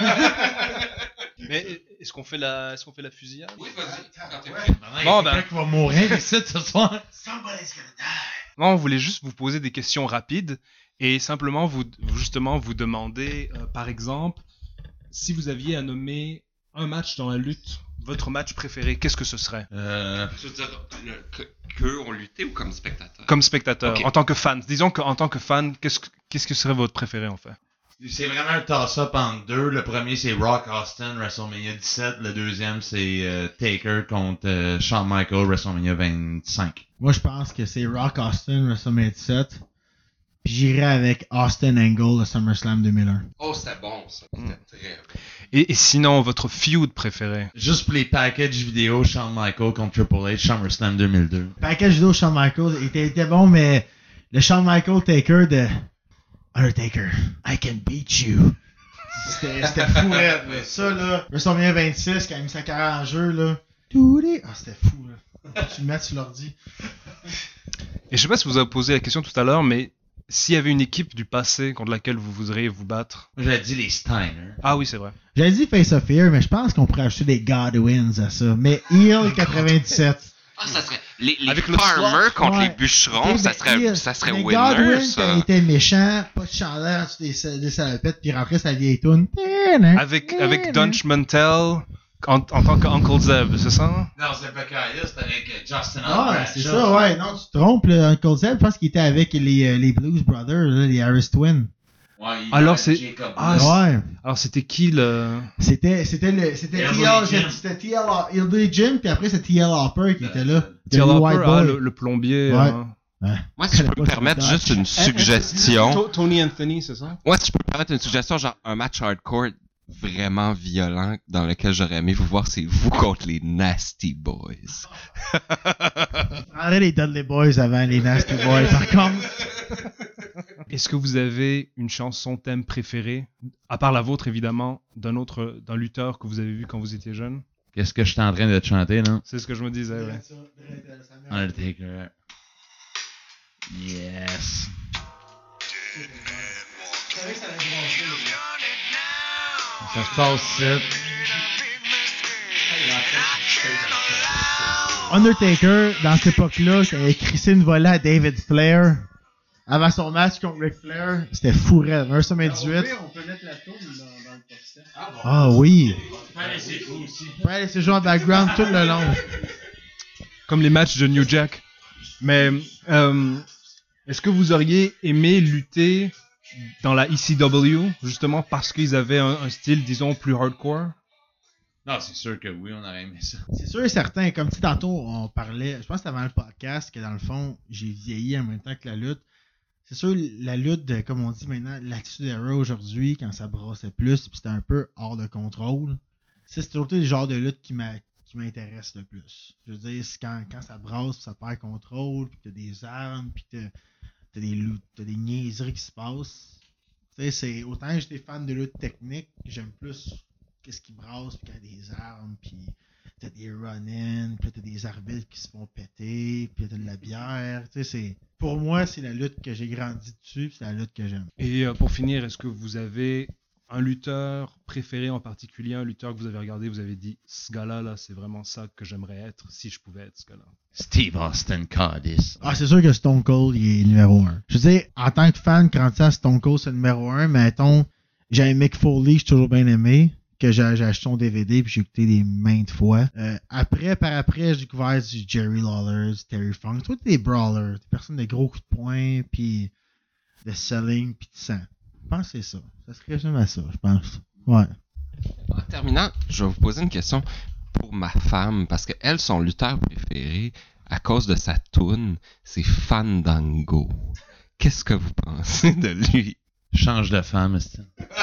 Mais est-ce qu'on fait la, est-ce qu'on fait la fusillade? Oui, vas-y. Bon, Bon, ben. qui va mourir ici ce soir. Non, on voulait juste vous poser des questions rapides et simplement vous, justement, vous demander, euh, par exemple, si vous aviez à nommer un match dans la lutte, votre match préféré, qu'est-ce que ce serait? Euh, Je veux dire, le, que, qu'eux ont lutté ou comme spectateur? Comme spectateur, Ok. en tant que fan. Disons qu'en tant que fan, qu'est-ce, que- qu'est-ce que serait votre préféré, en fait? c'est vraiment un toss-up entre deux. Le premier, c'est Rock Austin, WrestleMania dix-sept. Le deuxième, c'est euh, Taker contre euh, Shawn Michaels, WrestleMania vingt-cinq. Moi, je pense que c'est Rock Austin, WrestleMania dix-sept. Puis j'irai avec Austin Angle, le SummerSlam deux mille un. Oh, c'était bon, ça. C'était Mm. très bon. Et, et sinon, votre feud préféré? Juste pour les packages vidéo, Shawn Michaels contre Triple H, SummerSlam deux mille deux. Package vidéo Shawn Michaels était, était bon, mais le Shawn Michaels Taker de Undertaker, I can beat you. C'était, c'était fou, là. Ça, là, WrestleMania vingt-six, quand il a mis sa carrière en jeu, là. Touré. Ah, c'était fou, là. Tu le mets sur l'ordi. Et je sais pas si vous avez posé la question tout à l'heure, mais s'il y avait une équipe du passé contre laquelle vous voudriez vous battre? Moi, j'avais dit les Steiner. Ah oui, c'est vrai. J'avais dit Face of Fear, mais je pense qu'on pourrait ajouter des Godwins à ça. Mais Heel quatre-vingt-dix-sept. Ah, ça serait. Les, les Avec le farmers slot, contre ouais. les bûcherons, Ok, ça ben, serait, Heel. ça serait Mais winner, Godwin, ça. quand il était méchant, pas de chandail en dessous des, des salopettes, puis il rentrait sa vieille toune. Avec, avec Dunch Mantel en, en tant qu'Uncle Zeb, c'est ça? Non, c'est pas Kaya, c'était avec euh, Justin Ah, c'est ça, ouais. Non, tu te trompes, le Uncle Zeb. Je pense qu'il était avec les, euh, les Blues Brothers, là, les Harris Twins. Ouais, il Alors, avait c'est- Jacob ah, Bliss. Ouais. Alors c'était qui le... C'était, c'était le, c'était T Hillbilly L, Jim. c'était T L, Hillbilly Jim, puis après c'est T L Hopper qui était là. T L Le Hopper, White ah, Boy. le, le plombier. Ouais. hein. Moi, si je peux Pas me son permettre dodge. juste une suggestion. To- Tony Anthony, c'est ça? Moi, si je peux me permettre une suggestion, genre un match hardcore vraiment violent dans lequel j'aurais aimé vous voir, c'est vous contre les Nasty Boys. Je prendrais les Dudley Boys avant les Nasty Boys, par contre. Est-ce que vous avez une chanson thème préférée, à part la vôtre évidemment, d'un autre, d'un lutteur que vous avez vu quand vous étiez jeune? Qu'est-ce que je suis en train de te chanter, là? C'est ce que je me disais, ouais. Undertaker. Yes. Ça se passe ici. Undertaker, dans cette époque-là, il avait crissé une volée à David Flair. Avant son match contre Ric Flair, c'était fou raide. WrestleMania dix-huit. On peut mettre la tourne dans, dans le podcast. Ah oui. Ouais, c'est cool aussi. Ouais, c'est joué en background tout le long. Comme les matchs de New Jack. Mais euh, est-ce que vous auriez aimé lutter dans la E C W, justement parce qu'ils avaient un, un style, disons, plus hardcore? Non, c'est sûr que oui, on aurait aimé ça. C'est sûr et certain. Comme si tantôt, on parlait, je pense que c'était avant le podcast, que dans le fond, j'ai vieilli en même temps que la lutte. C'est sûr, la lutte, de, comme on dit maintenant, l'attitude era aujourd'hui, quand ça brassait plus, puis c'était un peu hors de contrôle. C'est toujours le genre de lutte qui m'a qui m'intéresse le plus. Je veux dire, c'est quand, quand ça brasse, pis ça perd contrôle, puis t'as des armes, puis t'as, t'as, des, t'as des niaiseries qui se passent. Tu sais, c'est autant que j'étais fan de lutte technique, j'aime plus qu'est-ce qui brasse, puis qu'il y a des armes, puis t'as des run-in, puis t'as des arbitres qui se font péter, puis t'as de la bière. Tu sais, c'est... Pour moi, c'est la lutte que j'ai grandi dessus, puis c'est la lutte que j'aime. Et euh, pour finir, est-ce que vous avez un lutteur préféré en particulier, un lutteur que vous avez regardé, vous avez dit, ce gars-là, là, c'est vraiment ça que j'aimerais être, si je pouvais être ce gars-là? Steve Austin Cardis. Ah, c'est sûr que Stone Cold, il est numéro un. Je veux dire, en tant que fan, quand ça, Stone Cold, c'est numéro un, mais mettons, j'ai Mick Foley, j'ai toujours bien aimé, que j'ai, j'ai acheté son D V D, puis j'ai écouté des maintes fois. Euh, après, par après, j'ai découvert du Jerry Lawler, du Terry Funk, tout des brawlers, des personnes de gros coups de poing, puis de selling, puis de sang. Je pense que c'est ça. Ça se résume à ça, je pense. Ouais. En terminant, je vais vous poser une question pour ma femme, parce qu'elle, son lutteur préféré, à cause de sa toune, c'est Fandango. Qu'est-ce que vous pensez de lui? Change de femme, c'est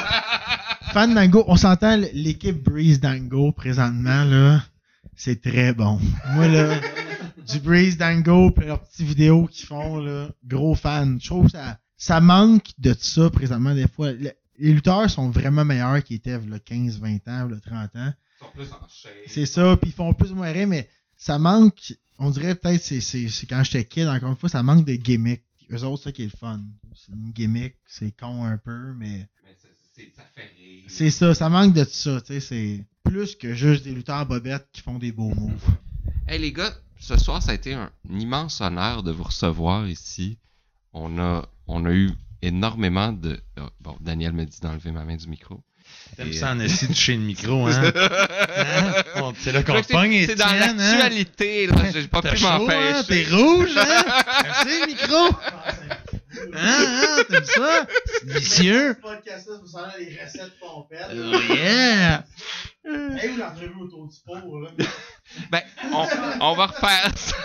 Fandango, on s'entend, l'équipe Breeze Dango, présentement, là, c'est très bon. Moi, là, du Breeze Dango, pis leurs petites vidéos qu'ils font, là, gros fan. Je trouve que ça, ça manque de ça, présentement, des fois. Le, les lutteurs sont vraiment meilleurs qu'ils étaient, là, quinze, vingt ans, là, trente ans. Ils sont plus en shape. C'est ça, puis ils font plus ou moins rire, mais ça manque, on dirait peut-être, c'est, c'est, c'est quand j'étais kid, encore une fois, ça manque de gimmick. Eux autres, c'est ça qui est le fun. C'est une gimmick, c'est con un peu, mais... Mais c'est, c'est, ça fait rire. C'est ça, ça manque de ça, tu sais, c'est plus que juste des lutteurs bobettes qui font des beaux moves. Hey les gars, ce soir, ça a été un immense honneur de vous recevoir ici. On a, on a eu énormément de... oh, bon, Daniel me dit d'enlever ma main du micro. T'aimes Et, ça en euh, essayer de toucher le micro, hein? Hein? Bon, c'est là qu'on c'est, se pogne, c'est dans Étienne, hein? l'actualité, là. J'ai pas T'as pu chaud, hein? m'empêcher. T'es rouge, hein? Merci le micro! Hein, hein? T'aimes ça? C'est vicieux! Ce podcast-là, vous savez, les recettes pompettes. Oh yeah! Hey, vous l'entrevue autour du four, là. Ben, on, on va refaire ça.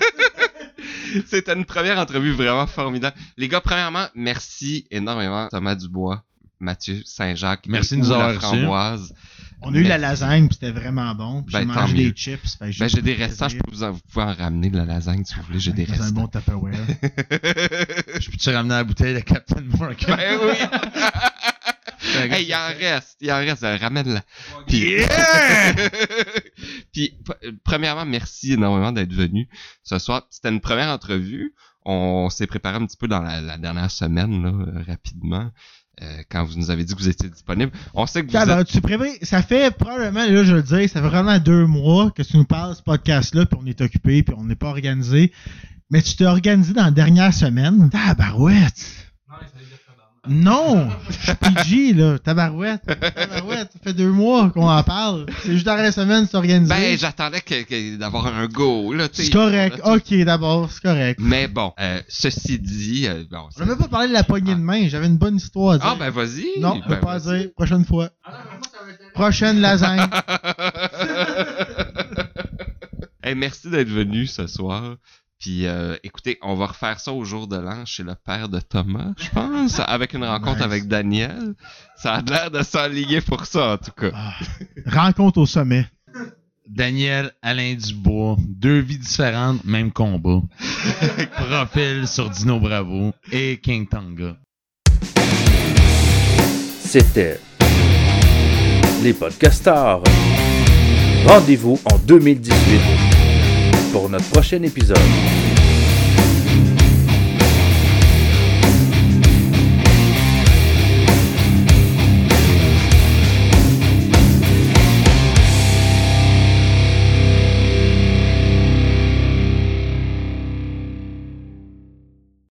C'était une première entrevue vraiment formidable. Les gars, premièrement, merci énormément Thomas Dubois, Mathieu Saint-Jacques. Merci et de nous Ou avoir la reçus. Framboise. On a eu la lasagne, puis c'était vraiment bon. Puis Ben, j'ai tant mangé mieux. des chips. Fait que Ben, j'ai des pris restants, je plaisir. peux vous, en, vous pouvez en ramener de la lasagne si vous voulez, j'ai des C'est un restants. bon Tupperware. Je peux te ramener la bouteille de Captain Morgan? Ben oui! Hey, il en reste, il en reste, ramène-la. Puis, Yeah! Puis, p- premièrement, merci énormément d'être venu ce soir. C'était une première entrevue. On s'est préparé un petit peu dans la, la dernière semaine, là, euh, rapidement, euh, quand vous nous avez dit que vous étiez disponible. On sait que vous Alors, êtes... tu t'es préparé, ça fait probablement, là, je veux le dire, ça fait vraiment deux mois que tu nous parles de ce podcast-là, puis on est occupé, puis on n'est pas organisé. Mais tu t'es organisé dans la dernière semaine. Tabarouette! Non! Je suis P G, là. Tabarouette. Tabarouette. Ça fait deux mois qu'on en parle. C'est juste dans la semaine, c'est organisé. Ben, j'attendais que, que- d'avoir un go, là, tu sais. c'est correct. Là, tu- Ok, d'abord, c'est correct. Mais bon, euh, ceci dit... euh, bon, On c'est- n'a même pas parlé de la poignée de main. J'avais une bonne histoire à dire. Ah, ben vas-y! non, je ben, vais pas à vas-y. dire. Prochaine fois. Prochaine lasagne. Hey, merci d'être venu ce soir. Puis, euh, écoutez, on va refaire ça au jour de l'an chez le père de Thomas, je pense, avec une rencontre Nice. avec Daniel. Ça a l'air de s'enligner pour ça, en tout cas. Ah. Rencontre au sommet. Daniel Alain Dubois, deux vies différentes, même combat. Profil sur Dino Bravo et King Tonga. C'était les Podcastars. Rendez-vous en deux mille dix-huit pour notre prochain épisode.